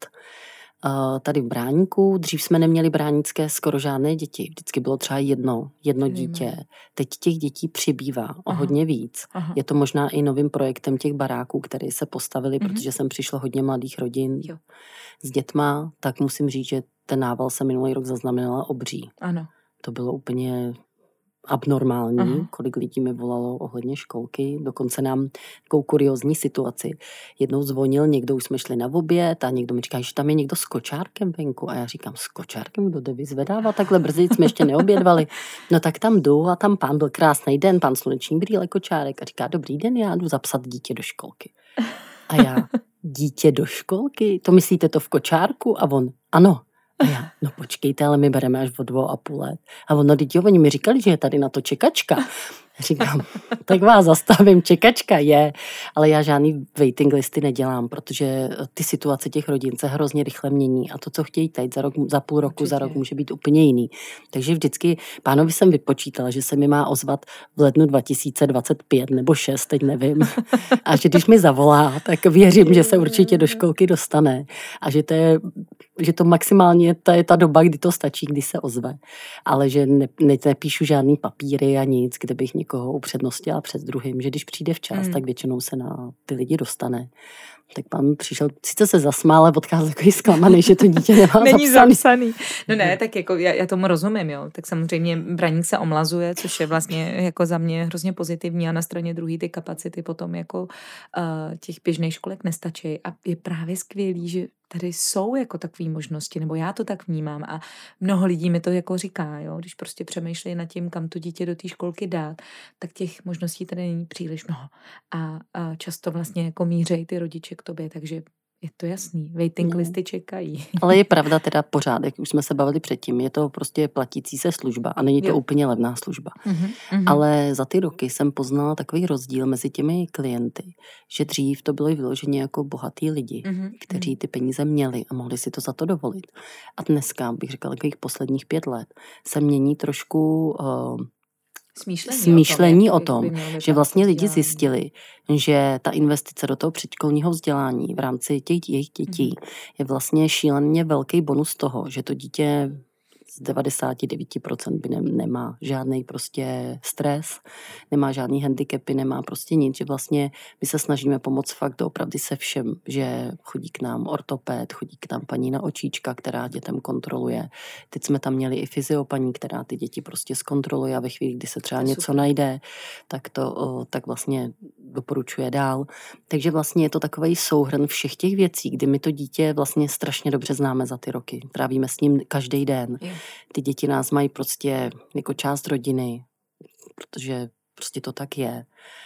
uh, tady v Bráníku. Dřív jsme neměli bránické skoro žádné děti. Vždycky bylo třeba jedno, jedno Víme. dítě. Teď těch dětí přibývá o Aha. hodně víc. Aha. Je to možná i novým projektem těch baráků, které se postavily, Mhm. protože sem přišlo hodně mladých rodin Jo. s dětma, tak musím říct, že ten nával se minulý rok zaznamenala obří. Ano. To bylo úplně abnormální, Aha. kolik lidí mi volalo ohledně školky. Dokonce nám takovou kuriózní situaci. Jednou zvonil někdo, už jsme šli na oběd a někdo mi říká, že tam je někdo s kočárkem venku. A já říkám, s kočárkem? Kdo jde vyzvedává takhle brzy? Jsme ještě neobědvali. No tak tam jdu a tam pán, byl krásný den, pán Sluneční brýle, kočárek a říká, dobrý den, já jdu zapsat dítě do školky. A já, dítě do školky? To myslíte to v kočárku? A on, ano. A já, no počkejte, ale my bereme až o dvou a půl let. A ono, teď jo, oni mi říkali, že je tady na to čekačka. Říkám, tak vás zastavím, čekačka je, ale já žádný waiting listy nedělám, protože ty situace těch rodin se hrozně rychle mění a to, co chtějí teď, za, rok, za půl roku, Určitě. za rok může být úplně jiný. Takže vždycky pánovi jsem vypočítala, že se mi má ozvat v lednu dva tisíce dvacet pět nebo šest, teď nevím. A že když mi zavolá, tak věřím, že se určitě do školky dostane a že to je, že to maximálně ta je ta doba, kdy to stačí, kdy se ozve. Ale že ne, ne, nepíšu žádný papíry a nic, kde bych někoho upřednostila před druhým, že když přijde včas, Mm. tak většinou se na ty lidi dostane. Tak pan přišel, sice se zasmál, ale odcházel takový zklamaný, že to dítě nemá Není zapsaný. zapsaný. No ne, tak jako já, já tomu rozumím, jo. Tak samozřejmě Braník se omlazuje, což je vlastně jako za mě hrozně pozitivní a na straně druhé ty kapacity potom jako uh, těch běžných školek nestačí a je právě skvělý, že tady jsou jako takové možnosti, nebo já to tak vnímám a mnoho lidí mi to jako říká, jo, když prostě přemýšlejí nad tím, kam to dítě do té školky dát, tak těch možností tady není příliš mnoho a, a často vlastně jako mířejí ty rodiče k tobě, takže je to jasný, waiting No. listy čekají. Ale je pravda teda pořád, jak už jsme se bavili předtím, je to prostě platící se služba a není to Jo. úplně levná služba. Mhm, mhm. Ale za ty roky jsem poznala takový rozdíl mezi těmi klienty, že dřív to bylo i vyloženě jako bohatý lidi, Mhm, kteří ty peníze měli a mohli si to za to dovolit. A dneska, bych řekla, takových posledních pět let, se mění trošku uh, Smýšlení, smýšlení o o tom, tom, jak by mělo že vypadat vlastně to lidi vzdělání. zjistili, že ta investice do toho předškolního vzdělání v rámci těch jejich dětí je vlastně šíleně velký bonus toho, že to dítě z devadesát devět procent by ne, nemá žádný prostě stres, nemá žádný handicapy, nemá prostě nic, že vlastně my se snažíme pomoct fakt doopravdy se všem, že chodí k nám ortoped, chodí k nám paní na očíčka, která dětem kontroluje. Teď jsme tam měli i fyziopaní, která ty děti prostě zkontroluje a ve chvíli, kdy se třeba To je něco super. najde, tak to o, tak vlastně doporučuje dál. Takže vlastně je to takový souhrn všech těch věcí, kdy my to dítě vlastně strašně dobře známe za ty roky. Trávíme s ním každý den. Jo. Ty děti nás mají prostě jako část rodiny, protože prostě to tak je.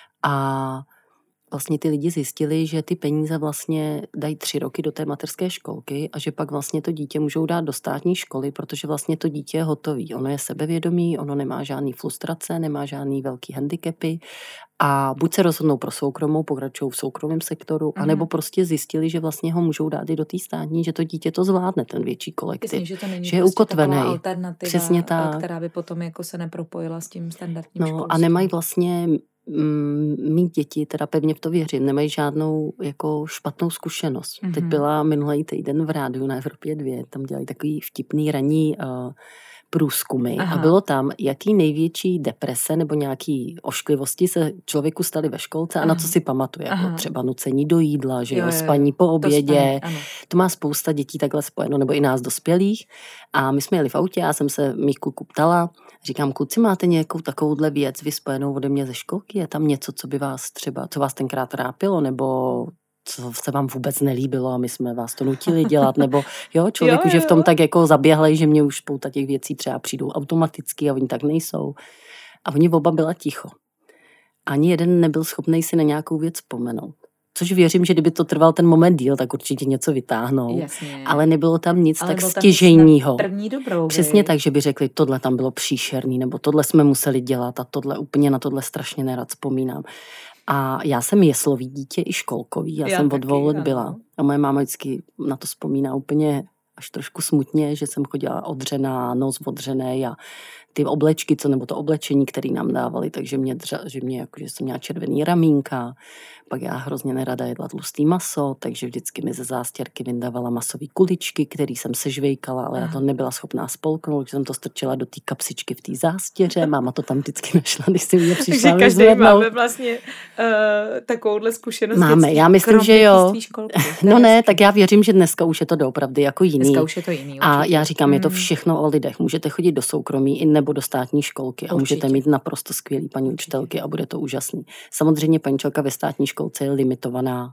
A vlastně ty lidi zjistili, že ty peníze vlastně dají tři roky do té mateřské školky a že pak vlastně to dítě můžou dát do státní školy, protože vlastně to dítě je hotový. Ono je sebevědomý, ono nemá žádný frustrace, nemá žádný velký handicapy a buď se rozhodnou pro soukromou, pokračují v soukromém sektoru, Mhm. anebo prostě zjistili, že vlastně ho můžou dát i do té státní, že to dítě to zvládne, ten větší kolektiv. Jasně, že to není že je prostě ukotvený. taková alternativa, Přesně tak. která by potom jako se nepropojila s tím standardním No školstvím. a nemají vlastně mm, mít děti, teda pevně v to věřím, nemají žádnou jako špatnou zkušenost. Mm-hmm. Teď Mhm. byla minulý týden v rádiu na Evropě dva, tam dělali takový vtipný ranní uh, průzkumy Aha. a bylo tam, jaký největší deprese nebo nějaký ošklivosti se člověku staly ve školce a Aha. na co si pamatuje, jako Aha. třeba nucení do jídla, že Jo, jo, jo, jo. spaní po To obědě. spaní, ano. To má spousta dětí takhle spojeno, nebo i nás dospělých. A my jsme jeli v autě, já jsem se mých kluků ptala, říkám, kluci, máte nějakou takovouhle věc vy spojenou ode mě ze školky? Je tam něco, co by vás třeba, co vás tenkrát trápilo, nebo co se vám vůbec nelíbilo a my jsme vás to nutili dělat, nebo jo, člověk Jo, už je v jo, tom jo. tak jako zaběhlej, že mě už spousta těch věcí třeba přijdou automaticky a oni tak nejsou. A oni oba byla ticho. ani jeden nebyl schopný si na nějakou věc vzpomenout. Což věřím, že kdyby to trval ten moment díl, tak určitě něco vytáhnou. Jasně. Ale nebylo tam nic Ale tak stěžejního. První dobrou. Přesně vy. tak, že by řekli, tohle tam bylo příšerný, nebo tohle jsme museli dělat a tohle úplně na tohle strašně nerad vzpomínám. A já jsem jeslový dítě i školkový, já, já jsem od dvou let byla. A moje máma vždycky na to vzpomíná úplně až trošku smutně, že jsem chodila odřená, nos odřenej a ty oblečky, co, nebo to oblečení, které nám dávali, takže mě, dřa, že, mě jako, že jsem měla červený ramínka, pak já hrozně nerada jedla tlustý maso, takže vždycky mi ze zástěrky vyndávala masové kuličky, který jsem sežvejkala, ale já to nebyla schopná spolknout, že jsem to strčila do té kapsičky v té zástěře, máma to tam vždycky našla, když si mě přišla takže každý máme vlastně uh, takovouhle zkušenost. Máme, já myslím, že jo. No ne, tak já věřím, že dneska už je to doopravdy jako jiný. Dneska už je to jiný. Určitě. A já říkám, je to všechno o lidech. Můžete chodit do soukromí i nebo do státní školky a určitě. Můžete mít naprosto skvělý paní určitě. Učitelky a bude to úžasný. Samozřejmě paní učitelka ve státní školce je limitovaná.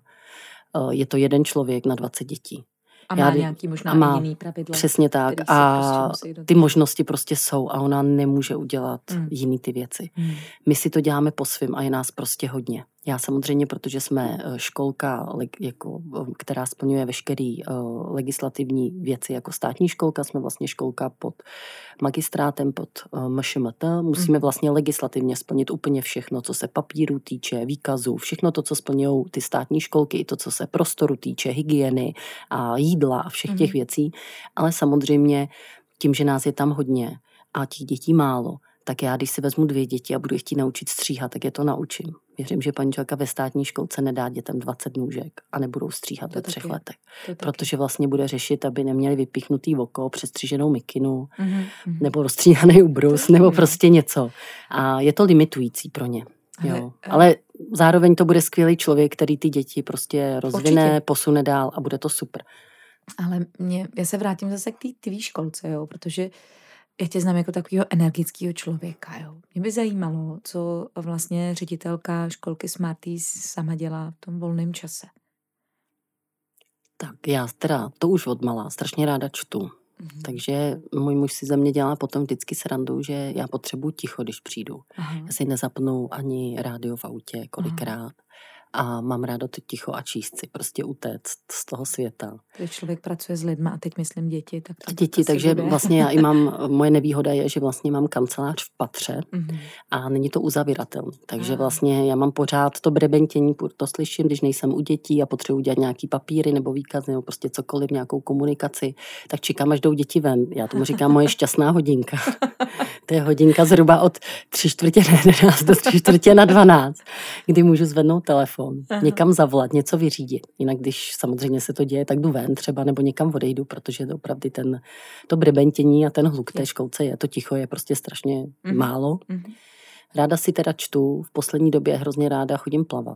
Je to jeden člověk na dvacet dětí. A má já, nějaký možná má, jiný pravidla. Přesně tak. A prostě ty možnosti prostě jsou a ona nemůže udělat mm. jiný ty věci. Mm. My si to děláme po svým a je nás prostě hodně. Já samozřejmě, protože jsme školka, jako, která splňuje veškeré uh, legislativní věci jako státní školka, jsme vlastně školka pod magistrátem, pod uh, M Š M T, musíme mm. vlastně legislativně splnit úplně všechno, co se papíru týče, výkazů, všechno to, co splňují ty státní školky, i to, co se prostoru týče, hygieny a jídla a všech mm. těch věcí. Ale samozřejmě tím, že nás je tam hodně a těch dětí málo, tak já, když si vezmu dvě děti a budu je chtít naučit stříhat, tak je to naučím. Věřím, že paní učitelka ve státní školce nedá dětem dvacet nůžek a nebudou stříhat to ve třech taky. letech. Protože vlastně bude řešit, aby neměli vypichnutý oko, přestříženou mikinu, mm-hmm. nebo rozstříhaný ubrus, nebo mm-hmm. prostě něco. A je to limitující pro ně. Jo. Ale, Ale zároveň to bude skvělý člověk, který ty děti prostě rozvine, určitě. Posune dál a bude to super. Ale mě, já se vrátím zase k té tvý školce, jo, protože já tě znám jako takového energického člověka. Jo. Mě by zajímalo, co vlastně ředitelka školky Smarties sama dělá v tom volném čase. Tak já teda to už odmala, strašně ráda čtu. Mm-hmm. Takže můj muž si ze mě dělá potom vždycky srandu, že já potřebuji ticho, když přijdu. Aha. Já si nezapnu ani rádio v autě kolikrát. Aha. A mám ráda to ticho a číst si, prostě utéct z toho světa. Když člověk pracuje s lidma a teď myslím děti, tak to a děti, takže bude. Vlastně já i mám, moje nevýhoda je, že vlastně mám kancelář v patře mm-hmm. a není to uzavíratelné. Takže vlastně já mám pořád to brebentění, to slyším, když nejsem u dětí a potřebuji dělat nějaký papíry nebo výkazy nebo prostě cokoliv, nějakou komunikaci, tak čekám, až jdou děti ven. Já tomu říkám moje šťastná hodinka. To je hodinka zhruba od tři čtvrtě na jedenáct do tři čtvrtě na dvanáct, kdy můžu zvednout telefon, aha. někam zavolat, něco vyřídit. Jinak, když samozřejmě se to děje, tak jdu ven třeba nebo někam odejdu, protože to opravdu ten, to brebentění a ten hluk té školce je, to ticho je prostě strašně mm-hmm. málo. Mm-hmm. Ráda si teda čtu, v poslední době hrozně ráda chodím plavat.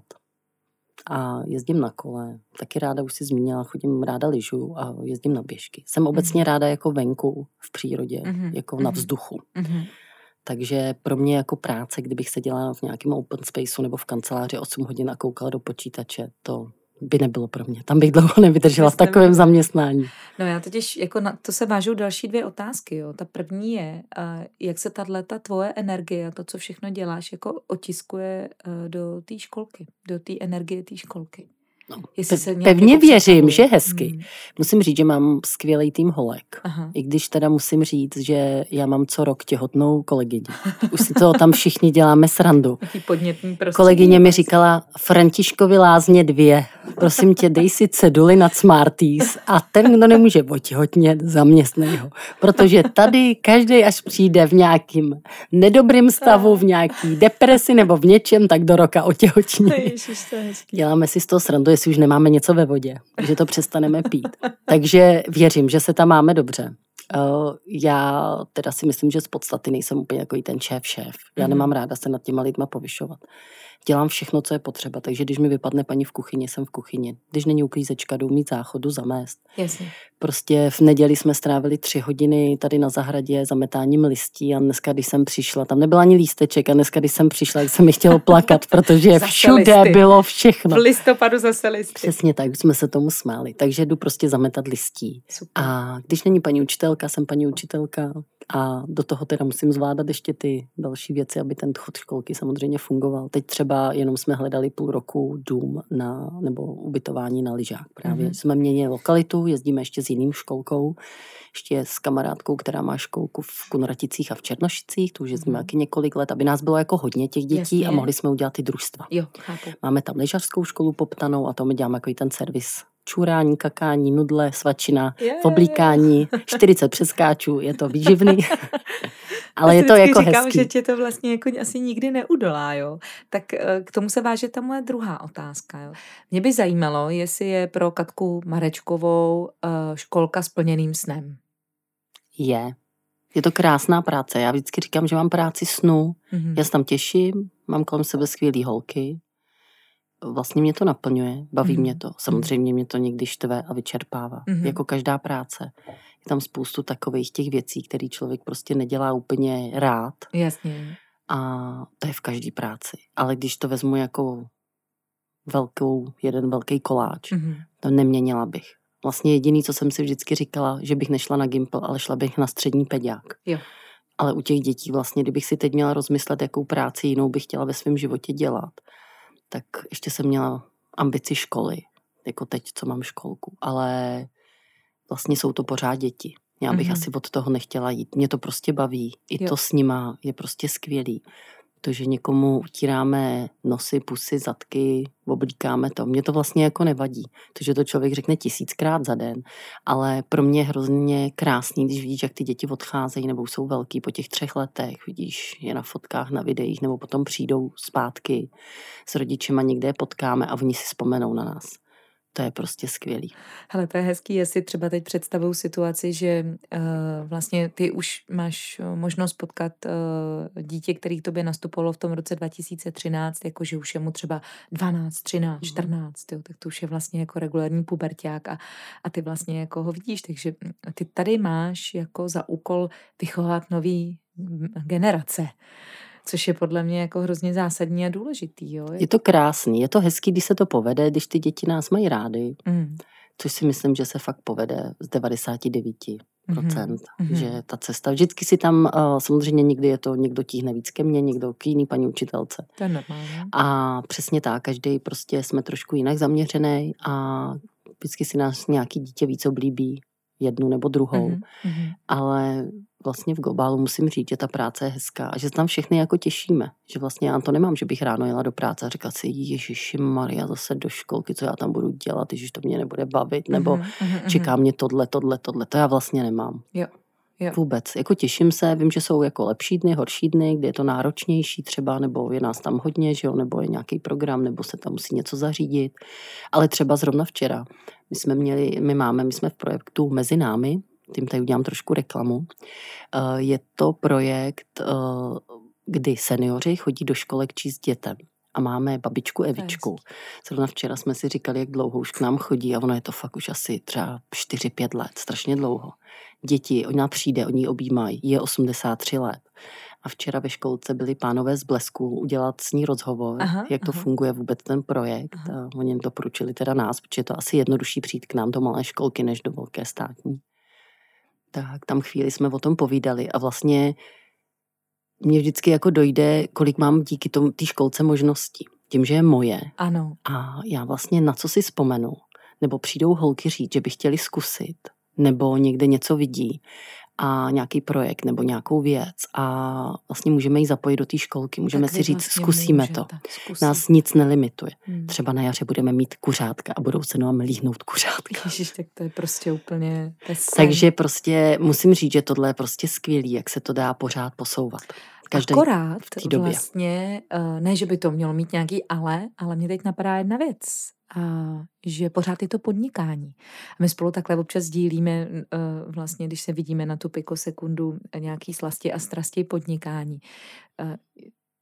A jezdím na kole, taky ráda už si zmínila, chodím ráda lyžu a jezdím na běžky. Jsem obecně mm-hmm. ráda jako venku v přírodě, mm-hmm. jako mm-hmm. na vzduchu. Mm-hmm. Takže pro mě jako práce, kdybych seděla v nějakém open spaceu nebo v kanceláři osm hodin a koukala do počítače, to by nebylo pro mě. Tam bych dlouho nevydržela v takovém zaměstnání. No já totiž, jako na to se vážou další dvě otázky. Jo. Ta první je, jak se tato tvoje energie a to, co všechno děláš, jako otiskuje do té školky, do té energie té školky. No, pe- pevně věřím, že hezky. Hmm. Musím říct, že mám skvělý tým holek. Aha. I když teda musím říct, že já mám co rok těhotnou kolegyni. Už si to tam všichni děláme srandu. Kolegyně mi říkala, Františkovi lázně dvě. Prosím tě, dej si ceduly nad Smarties a ten, kdo nemůže otěhotnět, zaměstnej ho. Protože tady každý, až přijde v nějakým nedobrým stavu, v nějaký depresi nebo v něčem, tak do roka otěhotní. Děláme si z toho srandu, jestli už nemáme něco ve vodě, že to přestaneme pít. Takže věřím, že se tam máme dobře. Já teda si myslím, že z podstaty nejsem úplně jako i ten šéf šéf. Já nemám ráda se nad těma lidma povyšovat. dělám všechno, co je potřeba. Takže když mi vypadne paní v kuchyni, jsem v kuchyni. Když není uklízečka, jdu mít záchod, jdu zamést. Jasně. Prostě v neděli jsme strávili tři hodiny tady na zahradě zametáním listí a dneska, když jsem přišla, tam nebyl ani lísteček a dneska, když jsem přišla, tak jsem mi chtěla plakat, protože všude listy. Bylo všechno. V listopadu zase listy. Přesně tak, už jsme se tomu smáli. Takže jdu prostě zametat listí. Super. A když není paní učitelka, jsem paní učitelka a do toho teda musím zvládat ještě ty další věci, aby ten chod školky samozřejmě fungoval. Teď třeba jenom jsme hledali půl roku dům na, nebo ubytování na lyžák. Právě mm-hmm. jsme měnili lokalitu, jezdíme ještě s jiným školkou, ještě s kamarádkou, která má školku v Kunraticích a v Černošicích, tu už jezdíme taky mm-hmm. několik let, aby nás bylo jako hodně těch dětí. Jasně. A mohli jsme udělat ty družstva. Jo, chápu. Máme tam lyžařskou školu poptanou a to my děláme jako ten servis. Čůrání, kakání, nudle, svačina, yeah. oblíkání, čtyřicet přeskáčů, je to výživný. Ale je to jako říkám, hezký. že tě to vlastně jako asi nikdy neudolá, jo. Tak k tomu se váže ta moje druhá otázka, jo. Mě by zajímalo, jestli je pro Katku Marečkovou školka s plněným snem. Je. Je to krásná práce. Já vždycky říkám, že mám práci snu. Mm-hmm. Já se tam těším, mám kolem sebe skvělý holky. Vlastně mě to naplňuje, baví mm. mě to. Samozřejmě mě to někdy štve a vyčerpává. Mm. Jako každá práce. Je tam spoustu takových těch věcí, které člověk prostě nedělá úplně rád. Jasně. A to je v každé práci. Ale když to vezmu jako velkou, jeden velký koláč, mm. to neměnila bych. Vlastně jediný, co jsem si vždycky říkala, že bych nešla na Gimpl, ale šla bych na střední pediák. Jo. Ale u těch dětí vlastně, kdybych si teď měla rozmyslet, jakou práci jinou bych chtěla ve svém životě dělat, tak ještě jsem měla ambici školy, jako teď, co mám školku, ale vlastně jsou to pořád děti. Já bych mm-hmm. asi od toho nechtěla jít. Mě to prostě baví. I jo. to s nima je prostě skvělý. To, že někomu utíráme nosy, pusy, zadky, oblíkáme to. Mně to vlastně jako nevadí. To, že to člověk řekne tisíckrát za den, ale pro mě je hrozně krásný, když vidíš, jak ty děti odcházejí nebo jsou velký po těch třech letech. Vidíš je na fotkách, na videích, nebo potom přijdou zpátky s rodičema, někde je potkáme a oni si vzpomenou na nás. To je prostě skvělý. Hele, to je hezký, jestli třeba teď představuju situaci, že uh, vlastně ty už máš možnost potkat uh, dítě, který k tobě nastupovalo v tom roce dva tisíce třináct, jakože už je mu třeba dvanáct, třináct, čtrnáct, jo, tak to už je vlastně jako regulární puberťák a, a ty vlastně jako ho vidíš, takže ty tady máš jako za úkol vychovat nový generace. Což je podle mě jako hrozně zásadní a důležitý. Jo? Je to krásný, je to hezký, když se to povede, když ty děti nás mají rády, mm. což si myslím, že se fakt povede z devadesát devět procent, mm-hmm. že ta cesta, vždycky si tam, samozřejmě někdy je to, někdo tíhne víc ke mně, někdo k jiný paní učitelce. To je normální. A přesně tak, každý prostě jsme trošku jinak zaměřený a vždycky si nás nějaký dítě víc oblíbí, jednu nebo druhou, mm-hmm. ale vlastně v globálu musím říct, že ta práce je hezká a že se tam všechny jako těšíme. Že vlastně já to nemám, že bych ráno jela do práce a říkala si, Ježiši Maria, zase do školky, co já tam budu dělat, ježiš, to mě nebude bavit, nebo mm-hmm. čeká mě tohle, tohle, tohle. To já vlastně nemám. Jo. Jo. Vůbec. Jako těším se, vím, že jsou jako lepší dny, horší dny, kde je to náročnější třeba, nebo je nás tam hodně, že jo, nebo je nějaký program, nebo se tam musí něco zařídit. Ale třeba zrovna včera, my jsme měli, my máme, my jsme v projektu Mezi námi, tím tady udělám trošku reklamu. Je to projekt, kdy seniori chodí do školek číst dětem. A máme babičku Evičku. Zrovna včera jsme si říkali, jak dlouho už k nám chodí a ono je to fakt už asi třeba čtyři pět let, strašně dlouho. Děti, ona přijde, oni objímají, je osmdesát tři let. A včera ve školce byli pánové z Blesku udělat s ní rozhovor, aha, jak to aha. funguje vůbec ten projekt. Aha. A oni jim doporučili teda nás, protože je to asi jednodušší přijít k nám do malé školky, než do velké státní. Tak tam chvíli jsme o tom povídali a vlastně mně vždycky jako dojde, kolik mám díky tomu té školce možností. Tím, že je moje. Ano. A já vlastně na co si vzpomenu, nebo přijdou holky říct, že by chtěli zkusit, nebo někde něco vidí a nějaký projekt nebo nějakou věc a vlastně můžeme ji zapojit do té školky. Můžeme tak si říct, vlastně zkusíme můžete, to. Zkusím. Nás nic nelimituje. Hmm. Třeba na jaře budeme mít kuřátka a budou se nám líhnout kuřátka. Ježiš, tak to je prostě úplně sen. Takže prostě musím říct, že tohle je prostě skvělý, jak se to dá pořád posouvat. Každý Akorát vlastně, ne, že by to mělo mít nějaký ale, ale mě teď napadá jedna věc. A že pořád je to podnikání. A my spolu takhle občas sdílíme, vlastně, když se vidíme na tu pikosekundu, nějaký slasti a strasti podnikání.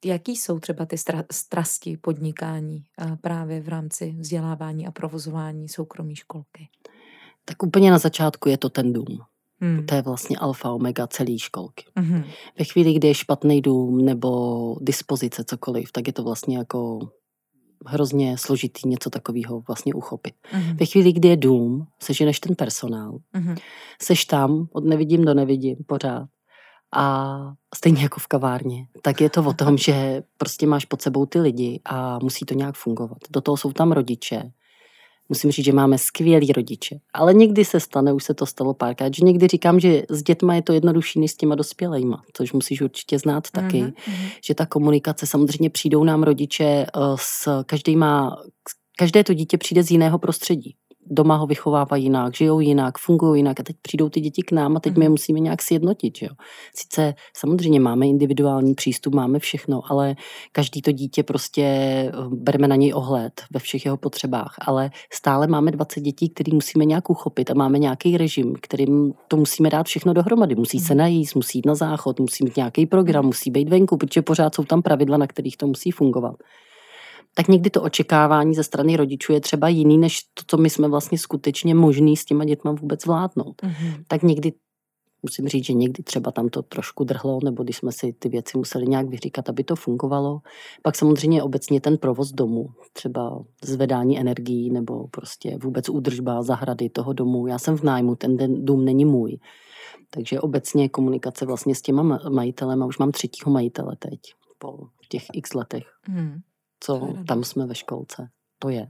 jaký jsou třeba ty stra- strasti podnikání právě v rámci vzdělávání a provozování soukromé školky? Tak úplně na začátku je to ten dům. Hmm. To je vlastně alfa omega celé školky. Hmm. Ve chvíli, kdy je špatný dům nebo dispozice, cokoliv, tak je to vlastně jako hrozně složitý něco takového vlastně uchopit. Hmm. Ve chvíli, kdy je dům, seženeš ten personál, hmm. seš tam, od nevidím do nevidím pořád. A stejně jako v kavárně, tak je to o tom, že prostě máš pod sebou ty lidi a musí to nějak fungovat. Do toho jsou tam rodiče. Musím říct, že máme skvělý rodiče. Ale někdy se stane, už se to stalo párkrát, že někdy říkám, že s dětma je to jednodušší než s těma dospělejma, což musíš určitě znát taky, mm-hmm. že ta komunikace, samozřejmě přijdou nám rodiče, s každý má, každé to dítě přijde z jiného prostředí. Doma ho vychovávají jinak, žijou jinak, fungují jinak a teď přijdou ty děti k nám a teď my je musíme nějak sjednotit. Že jo? Sice samozřejmě máme individuální přístup, máme všechno, ale každý to dítě prostě bereme na něj ohled ve všech jeho potřebách, ale stále máme dvacet dětí, který musíme nějak uchopit a máme nějaký režim, kterým to musíme dát všechno dohromady. Musí se najíst, musí jít na záchod, musí mít nějaký program, musí být venku, protože pořád jsou tam pravidla, na kterých to musí fungovat. Tak někdy to očekávání ze strany rodičů je třeba jiný, než to, co my jsme vlastně skutečně možný s těma dětma vůbec vládnout. Mm-hmm. Tak někdy, musím říct, že někdy třeba tam to trošku drhlo, nebo když jsme si ty věci museli nějak vyříkat, aby to fungovalo. Pak samozřejmě obecně ten provoz domu, třeba zvedání energií, nebo prostě vůbec údržba zahrady toho domu. Já jsem v nájmu, ten dům není můj. Takže obecně komunikace vlastně s těma majitelem, a už mám třetího majitele teď, po těch x letech. Mm. Co tam jsme ve školce. To je.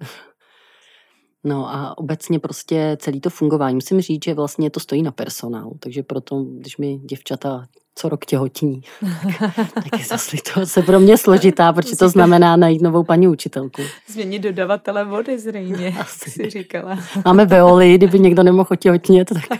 No a obecně prostě celý to fungování. Musím říct, že vlastně to stojí na personálu. Takže proto, když mi děvčata co rok těhotní, tak je zase to se pro mě složitá, protože to znamená najít novou paní učitelku. Změnit dodavatele vody zřejmě, asi si říkala. Máme Veoly, kdyby někdo nemohl otěhotnět. Tak...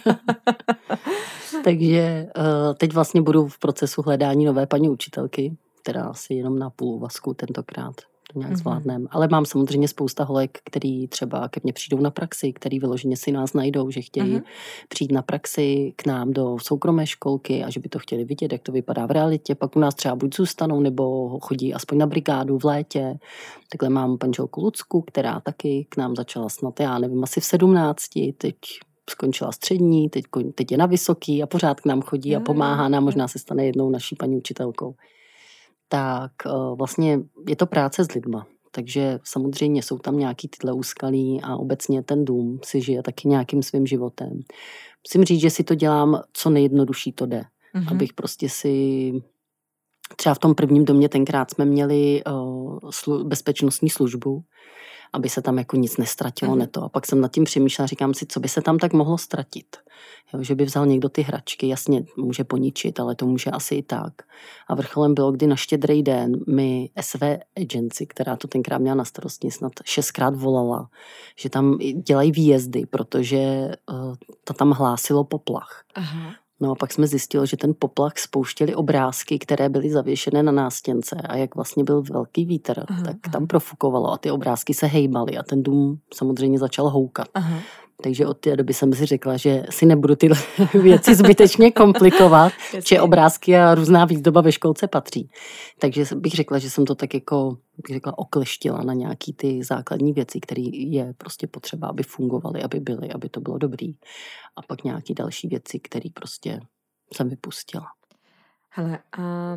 Takže teď vlastně budu v procesu hledání nové paní učitelky, která asi jenom na půl úvazku tentokrát nějak zvládneme. Ale mám samozřejmě spousta holek, který třeba ke mně přijdou na praxi, který vyloženě si nás najdou, že chtějí uh-huh. přijít na praxi k nám do soukromé školky a že by to chtěli vidět, jak to vypadá v realitě. Pak u nás třeba buď zůstanou, nebo chodí aspoň na brigádu v létě. Takhle mám manželku Lucku, která taky k nám začala snad, já nevím, asi v sedmnácti, teď skončila střední, teď, teď je na vysoký a pořád k nám chodí a pomáhá nám, možná se stane jednou naší paní učitelkou. Tak vlastně je to práce s lidma. Takže samozřejmě jsou tam nějaký tyhle úskalí a obecně ten dům si žije taky nějakým svým životem. Musím říct, že si to dělám, co nejjednodušší to jde. Mm-hmm. Abych prostě si... Třeba v tom prvním domě tenkrát jsme měli uh, slu- bezpečnostní službu, aby se tam jako nic nestratilo, mm-hmm. neto. A pak jsem nad tím přemýšlela, říkám si, co by se tam tak mohlo ztratit. Jo, že by vzal někdo ty hračky, jasně může poničit, ale to může asi i tak. A vrcholem bylo, kdy na Štědrý den mi S V agency, která to tenkrát měla na starosti, snad šestkrát volala, že tam dělají výjezdy, protože uh, to tam hlásilo poplach. Aha. No a pak jsme zjistili, že ten poplach spouštěli obrázky, které byly zavěšené na nástěnce a jak vlastně byl velký vítr, aha, tak aha. tam profukovalo a ty obrázky se hejbaly a ten dům samozřejmě začal houkat. Aha. Takže od té doby jsem si řekla, že si nebudu tyhle věci zbytečně komplikovat, že obrázky a různá výzdoba ve školce patří. Takže bych řekla, že jsem to tak jako, bych řekla, okleštila na nějaký ty základní věci, které je prostě potřeba, aby fungovaly, aby byly, aby to bylo dobrý. A pak nějaký další věci, které prostě jsem vypustila. Hele, a,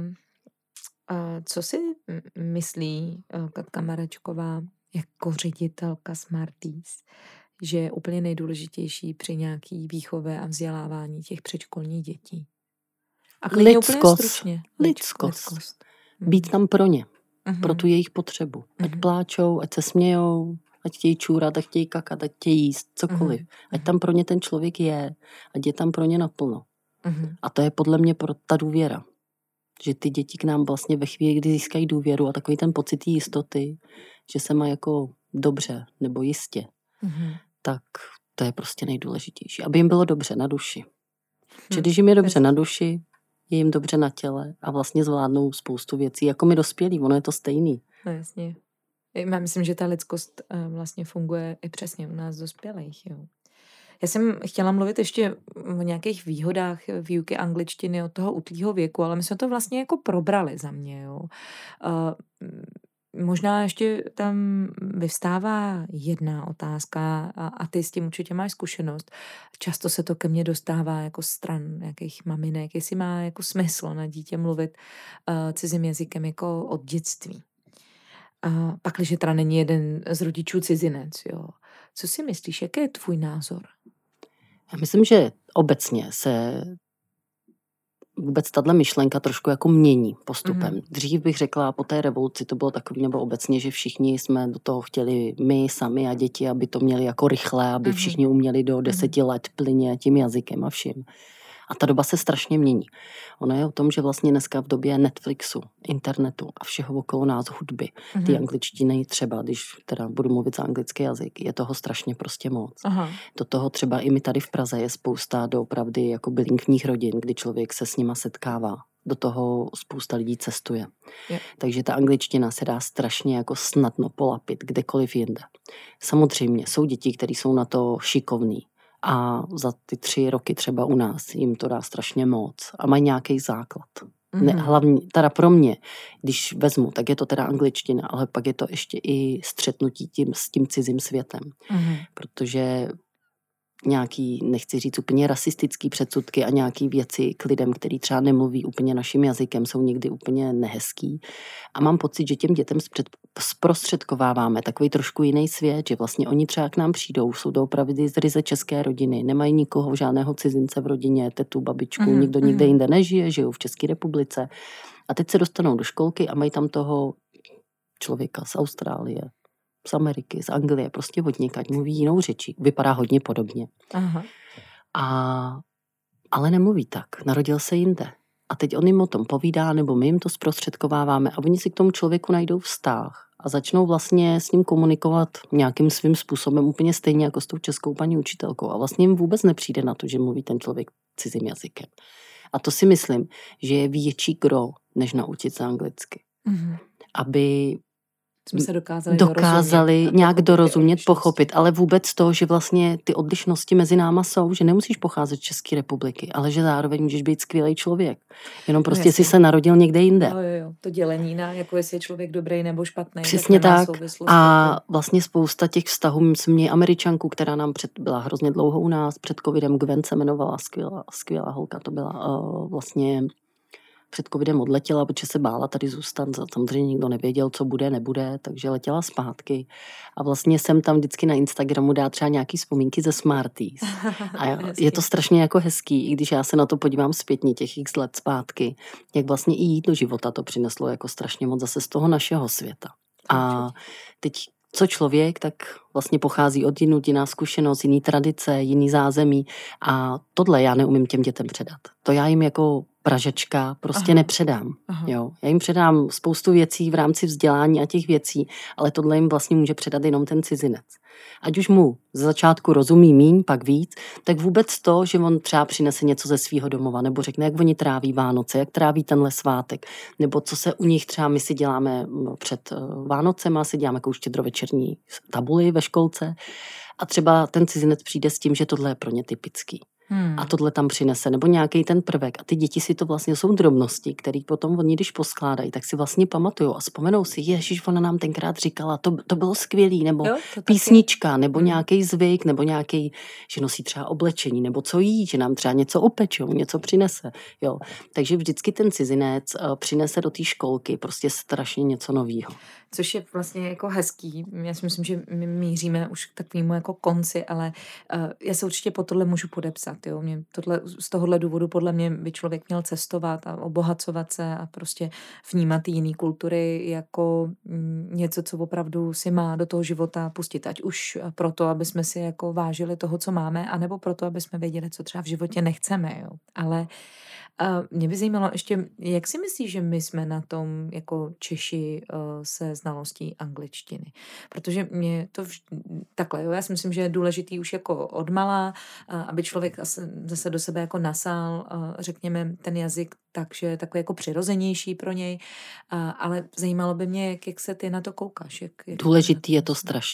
a co si myslí Katka Marečková jako ředitelka Smarties, že je úplně nejdůležitější při nějaký výchově a vzdělávání těch předškolních dětí? A klidně úplně stručně. Lidskost. Lidskost. Být tam pro ně. Uh-huh. Pro tu jejich potřebu. Ať uh-huh. pláčou, ať se smějou, ať chtějí čůrat, ať chtějí kakat, ať chtějí jíst, cokoliv. Uh-huh. Ať tam pro ně ten člověk je. Ať je tam pro ně naplno. Uh-huh. A to je podle mě pro ta důvěra. Že ty děti k nám vlastně ve chvíli, kdy získají důvěru a takový ten pocit jistoty, že se má jako dobře nebo jistě, uh-huh. tak to je prostě nejdůležitější. Aby jim bylo dobře na duši. Že když jim je dobře na duši, je jim dobře na těle a vlastně zvládnou spoustu věcí. Jako my dospělí, ono je to stejný. No jasně. Já myslím, že ta lidskost vlastně funguje i přesně u nás dospělých. Jo. Já jsem chtěla mluvit ještě o nějakých výhodách výuky angličtiny od toho útlýho věku, ale my jsme to vlastně jako probrali za mě. Jo. Uh, možná ještě tam vyvstává jedna otázka a, a ty s tím určitě máš zkušenost. Často se to ke mně dostává jako stran nějakých maminek, jestli má jako smysl na dítě mluvit uh, cizím jazykem jako od dětství. Uh, pakliže teda není jeden z rodičů cizinec, jo. Co si myslíš, jaký je tvůj názor? Já myslím, že obecně se vůbec tato myšlenka trošku jako mění postupem. Mm. Dřív bych řekla, po té revoluci to bylo takový, nebo obecně, že všichni jsme do toho chtěli my sami a děti, aby to měli jako rychle, aby mm. všichni uměli do deseti mm. let plyně tím jazykem a vším. A ta doba se strašně mění. Ona je o tom, že vlastně dneska v době Netflixu, internetu a všeho okolo nás hudby, mm-hmm. ty angličtiny třeba, když teda budu mluvit za anglický jazyk, je toho strašně prostě moc. Aha. Do toho třeba i my tady v Praze je spousta doopravdy jako bilingvních rodin, kdy člověk se s nima setkává. Do toho spousta lidí cestuje. Je. Takže ta angličtina se dá strašně jako snadno polapit kdekoliv jinde. Samozřejmě jsou děti, které jsou na to šikovný. A za ty tři roky třeba u nás jim to dá strašně moc. A mají nějaký základ. Mm-hmm. Ne, hlavně, teda pro mě, když vezmu, tak je to teda angličtina, ale pak je to ještě i střetnutí tím, s tím cizím světem. Mm-hmm. Protože nějaký, nechci říct úplně rasistický předsudky a nějaký věci k lidem, který třeba nemluví úplně naším jazykem, jsou někdy úplně nehezký. A mám pocit, že těm dětem zprostředkováváme takový trošku jiný svět, že vlastně oni třeba k nám přijdou, jsou doopravdy z ryze české rodiny, nemají nikoho, žádného cizince v rodině, tetu, babičku, mm, nikdo mm. nikde jinde nežije, žijou v České republice. A teď se dostanou do školky a mají tam toho člověka z Austrálie, z Ameriky, z Anglie, prostě od někať mluví jinou řečí. Vypadá hodně podobně. Aha. A, ale nemluví tak. Narodil se jinde. A teď on jim o tom povídá, nebo my jim to zprostředkováváme a oni si k tomu člověku najdou vztah a začnou vlastně s ním komunikovat nějakým svým způsobem úplně stejně jako s tou českou paní učitelkou. A vlastně jim vůbec nepřijde na to, že mluví ten člověk cizím jazykem. A to si myslím, že je větší gro, než naučit se anglicky. Mhm. Aby jsme se dokázali, dokázali dorozumět, nějak dorozumět, pochopit, ale vůbec to, že vlastně ty odlišnosti mezi náma jsou, že nemusíš pocházet z České republiky, ale že zároveň můžeš být skvělý člověk. Jenom prostě no, si se narodil někde jinde. Jo, jo, jo. To dělení na, jako jestli je člověk dobrý nebo špatný. Přesně tak. A vlastně spousta těch vztahů, myslím, mě Američanku, která nám před, byla hrozně dlouho u nás, před covidem, Gwen se jmenovala, skvělá, skvělá holka, to byla uh, vlastně před covidem odletěla, protože se bála tady zůstat. Samozřejmě nikdo nevěděl, co bude, nebude, takže letěla zpátky. A vlastně jsem tam vždycky na Instagramu dá třeba nějaký vzpomínky ze Smarties. A je to strašně jako hezký, i když já se na to podívám zpětně těch x let zpátky, jak vlastně i jít do života to přineslo jako strašně moc zase z toho našeho světa. A teď co člověk, tak vlastně pochází od jinut, jiná zkušenost, jiný tradice, jiný zázemí. A tohle já neumím těm dětem předat. To já jim jako Pražečka prostě aha. nepředám. Aha. Jo. Já jim předám spoustu věcí v rámci vzdělání a těch věcí, ale tohle jim vlastně může předat jenom ten cizinec. Ať už mu ze začátku rozumí míň, pak víc, tak vůbec to, že on třeba přinese něco ze svého domova, nebo řekne, jak oni tráví Vánoce, jak tráví tenhle svátek, nebo co se u nich třeba my si děláme před Vánocema, si děláme jako štědrovečerní tabuli ve školce a třeba ten cizinec přijde s tím, že tohle je pro ně typický. Hmm. A tohle tam přinese, nebo nějaký ten prvek. A ty děti si to vlastně jsou drobnosti, které potom oni, když poskládají, tak si vlastně pamatujou a vzpomenou si, ježiš, ona nám tenkrát říkala, to, to bylo skvělý, nebo jo, písnička, taky. Nebo hmm. nějaký zvyk, nebo nějaký, že nosí třeba oblečení, nebo co jí, že nám třeba něco opečou, něco přinese. Jo. Takže vždycky ten cizinec uh, přinese do té školky prostě strašně něco novýho. Což je vlastně jako hezký. Já si myslím, že my míříme už k takovému jako konci, ale uh, já se určitě po tohle můžu podepsat. Jo? Mě tohle, z tohohle důvodu podle mě by člověk měl cestovat a obohacovat se a prostě vnímat jiný kultury jako mm, něco, co opravdu si má do toho života pustit. Ať už proto, aby jsme si jako vážili toho, co máme, anebo proto, aby jsme věděli, co třeba v životě nechceme. Jo? Ale uh, mě by zajímalo ještě, jak si myslíš, že my jsme na tom jako Češi uh, se znalostí angličtiny? Protože mě to vž... takhle, jo? Já si myslím, že je důležitý už jako odmala, uh, aby člověk zase do sebe jako nasál, uh, řekněme, ten jazyk takže je takový jako přirozenější pro něj, uh, ale zajímalo by mě, jak, jak se ty na to koukáš. Jak, jak důležitý je to strašně.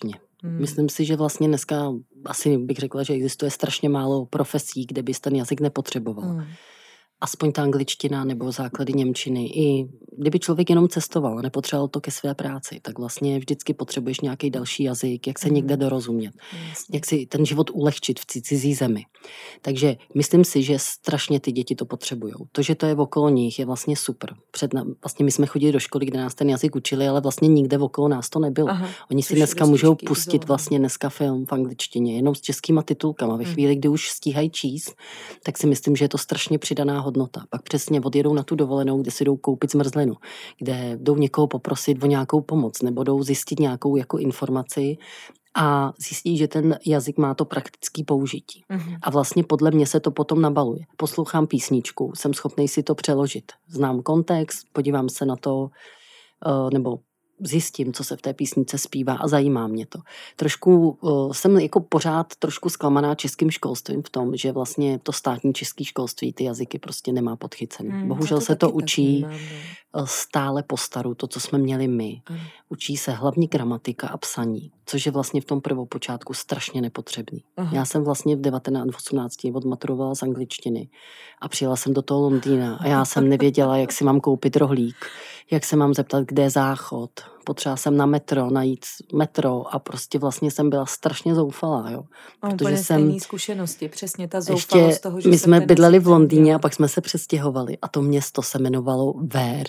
Hmm. Myslím si, že vlastně dneska asi bych řekla, že existuje strašně málo profesí, kde bys ten jazyk nepotřeboval. Hmm. Aspoň ta angličtina nebo základy němčiny. I kdyby člověk jenom cestoval a nepotřeboval to ke své práci, tak vlastně vždycky potřebuješ nějaký další jazyk, jak se mm. někde dorozumět, Jasně. jak si ten život ulehčit v cizí zemi. Takže myslím si, že strašně ty děti to potřebují. To, že to je okolo nich, je vlastně super. Před, vlastně my jsme chodili do školy, kde nás ten jazyk učili, ale vlastně nikde okolo nás to nebylo. Aha, Oni si dneska můžou pustit izolovat. vlastně dneska film v angličtině, jenom s českýma titulkama. Ve chvíli, kdy už stíhají číst, tak si myslím, že je to strašně přidaná hodnota. Pak přesně odjedou na tu dovolenou, kde si jdou koupit zmrzlinu, kde jdou někoho poprosit o nějakou pomoc, nebo jdou zjistit nějakou jako informaci a zjistí, že ten jazyk má to praktické použití. Mm-hmm. A vlastně podle mě se to potom nabaluje. Poslouchám písničku, jsem schopný si to přeložit. Znám kontext, podívám se na to, nebo zjistím, co se v té písnice zpívá a zajímá mě to. Trošku uh, jsem jako pořád trošku zklamaná českým školstvím v tom, že vlastně to státní české školství ty jazyky prostě nemá podchycený. Hmm, Bohužel to se to učí nemám, stále po staru, to, co jsme měli my. Hmm. Učí se hlavně gramatika a psaní, což je vlastně v tom prvopočátku strašně nepotřebný. Aha. Já jsem vlastně v devatenácti osmnácti odmaturovala z angličtiny a přijela jsem do toho Londýna a já jsem nevěděla, jak si mám koupit rohlík, jak se mám zeptat, kde je záchod. Potřeba jsem na metro, najít metro a prostě vlastně jsem byla strašně zoufalá, jo. Protože jsem stejný zkušenosti, přesně ta zoufalost ještě, toho, že my jsme bydleli v Londýně dělala. A pak jsme se přestěhovali a to město se jmenovalo Ware.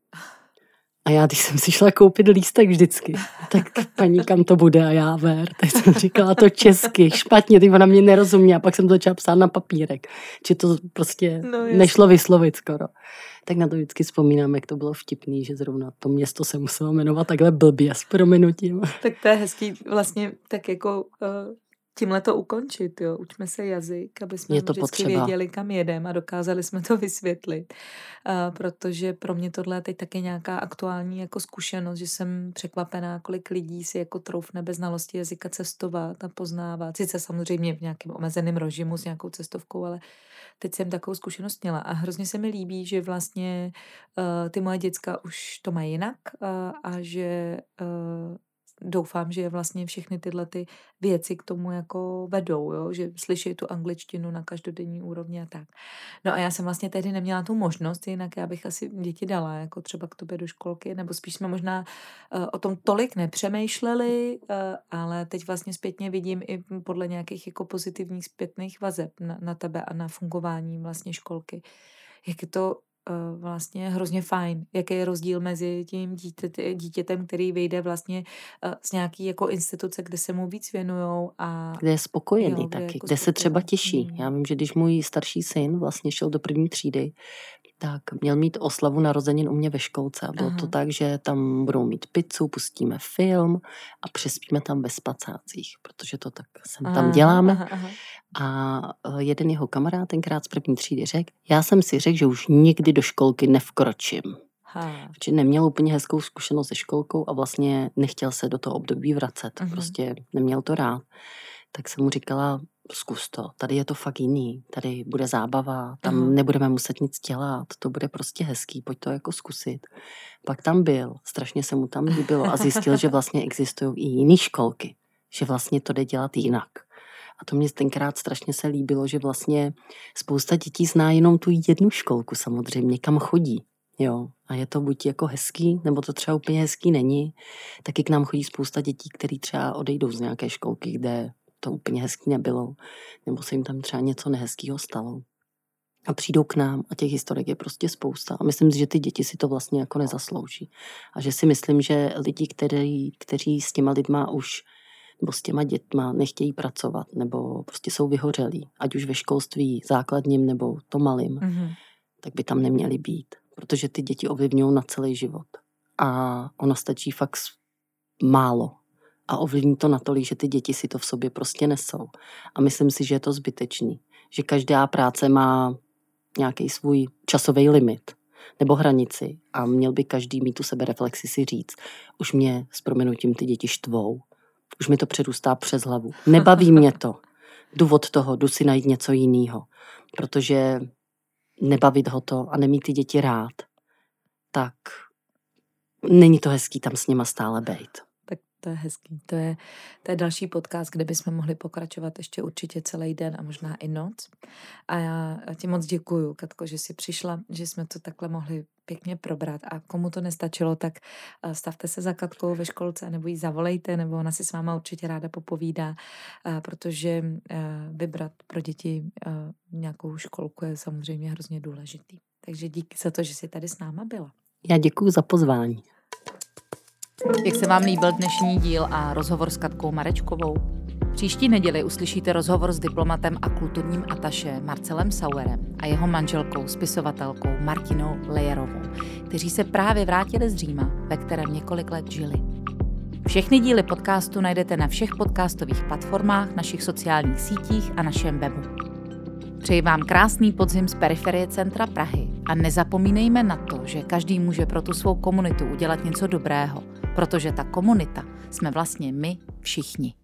A já, když jsem si šla koupit lístek vždycky, tak paní, kam to bude a já Ware. Tak jsem říkala to česky, špatně, ty ona mě nerozuměla, a pak jsem to začala psát na papírek, že to prostě no, nešlo vyslovit skoro. Tak na to vždycky vzpomínám, jak to bylo vtipný, že zrovna to město se muselo jmenovat takhle blbě s prominutím. Tak to je hezký vlastně tak jako uh, tímhle to ukončit, jo. Učme se jazyk, aby jsme vždycky potřeba. věděli, kam jedeme a dokázali jsme to vysvětlit. Uh, protože pro mě tohle je teď taky nějaká aktuální jako zkušenost, že jsem překvapená, kolik lidí si jako troufne bez znalosti jazyka cestovat a poznávat. Sice samozřejmě v nějakém omezeném režimu s nějakou cestovkou, ale teď jsem takovou zkušenost měla a hrozně se mi líbí, že vlastně uh, ty moje děcka už to mají jinak uh, a že uh, doufám, že vlastně všechny tyhle ty věci k tomu jako vedou, jo? Že slyší tu angličtinu na každodenní úrovni a tak. No a já jsem vlastně tehdy neměla tu možnost, jinak já bych asi děti dala, jako třeba k tobě do školky, nebo spíš jsme možná uh, o tom tolik nepřemýšleli, uh, ale teď vlastně zpětně vidím i podle nějakých jako pozitivních zpětných vazeb na, na tebe a na fungování vlastně školky. Jak je to uh, vlastně hrozně fajn, jaký je rozdíl mezi tím dítěte, dítětem, který vyjde vlastně uh, z nějaký jako instituce, kde se mu víc věnujou a kde je spokojený jo, taky, kde, jako kde se třeba těší. Hmm. Já vím, že když můj starší syn vlastně šel do první třídy, tak měl mít oslavu narozenin u mě ve školce a bylo Aha. to tak, že tam budou mít pizzu, pustíme film a přespíme tam ve spacácích, protože to tak sem tam děláme. Aha, aha. A jeden jeho kamarád tenkrát z první třídy řekl, já jsem si řekl, že už nikdy do školky nevkročím. Ha. Protože neměl úplně hezkou zkušenost se školkou a vlastně nechtěl se do toho období vracet. Aha. Prostě neměl to rád. Tak jsem mu říkala, zkus to, tady je to fakt jiný, tady bude zábava, tam Aha. nebudeme muset nic dělat, to bude prostě hezký, pojď to jako zkusit. Pak tam byl, strašně se mu tam líbilo a zjistil, že vlastně existují i jiný školky, že vlastně to jde dělat jinak. A to mě tenkrát strašně se líbilo, že vlastně spousta dětí zná jenom tu jednu školku samozřejmě, kam chodí. Jo, a je to buď jako hezký, nebo to třeba úplně hezký není. Taky k nám chodí spousta dětí, který třeba odejdou z nějaké školky, kde to úplně hezký nebylo, nebo se jim tam třeba něco nehezkýho stalo. A přijdou k nám a těch historek je prostě spousta. A myslím si, že ty děti si to vlastně jako nezaslouží. A že si myslím, že lidi, který, kteří s těma lidma už, nebo s těma dětma nechtějí pracovat, nebo prostě jsou vyhořelí, ať už ve školství základním, nebo to malým, mm-hmm. tak by tam neměli být. Protože ty děti ovlivňují na celý život. A ono stačí fakt málo. A ovlivní to natolik, že ty děti si to v sobě prostě nesou. A myslím si, že je to zbytečný. Že každá práce má nějaký svůj časový limit nebo hranici a měl by každý mít tu sebereflexi si říct. Už mě s prominutím ty děti štvou. Už mi to přerůstá přes hlavu. Nebaví mě to. Jdu od toho, jdu si najít něco jiného. Protože nebavit ho to a nemít ty děti rád, tak není to hezký tam s nima stále bejt. To je hezký. To je, to je další podcast, kde bychom mohli pokračovat ještě určitě celý den a možná i noc. A já ti moc děkuju, Katko, že jsi přišla, že jsme to takhle mohli pěkně probrat. A komu to nestačilo, tak stavte se za Katkou ve školce nebo jí zavolejte, nebo ona si s váma určitě ráda popovídá, protože vybrat pro děti nějakou školku je samozřejmě hrozně důležitý. Takže díky za to, že jsi tady s náma byla. Já děkuju za pozvání. Jak se vám líbil dnešní díl a rozhovor s Katkou Marečkovou? Příští neděli uslyšíte rozhovor s diplomatem a kulturním ataše Marcelem Sauerem a jeho manželkou, spisovatelkou Martinou Lejerovou, kteří se právě vrátili z Říma, ve kterém několik let žili. Všechny díly podcastu najdete na všech podcastových platformách, našich sociálních sítích a našem webu. Přeji vám krásný podzim z periferie centra Prahy a nezapomínejme na to, že každý může pro tu svou komunitu udělat něco dobrého, protože ta komunita jsme vlastně my všichni.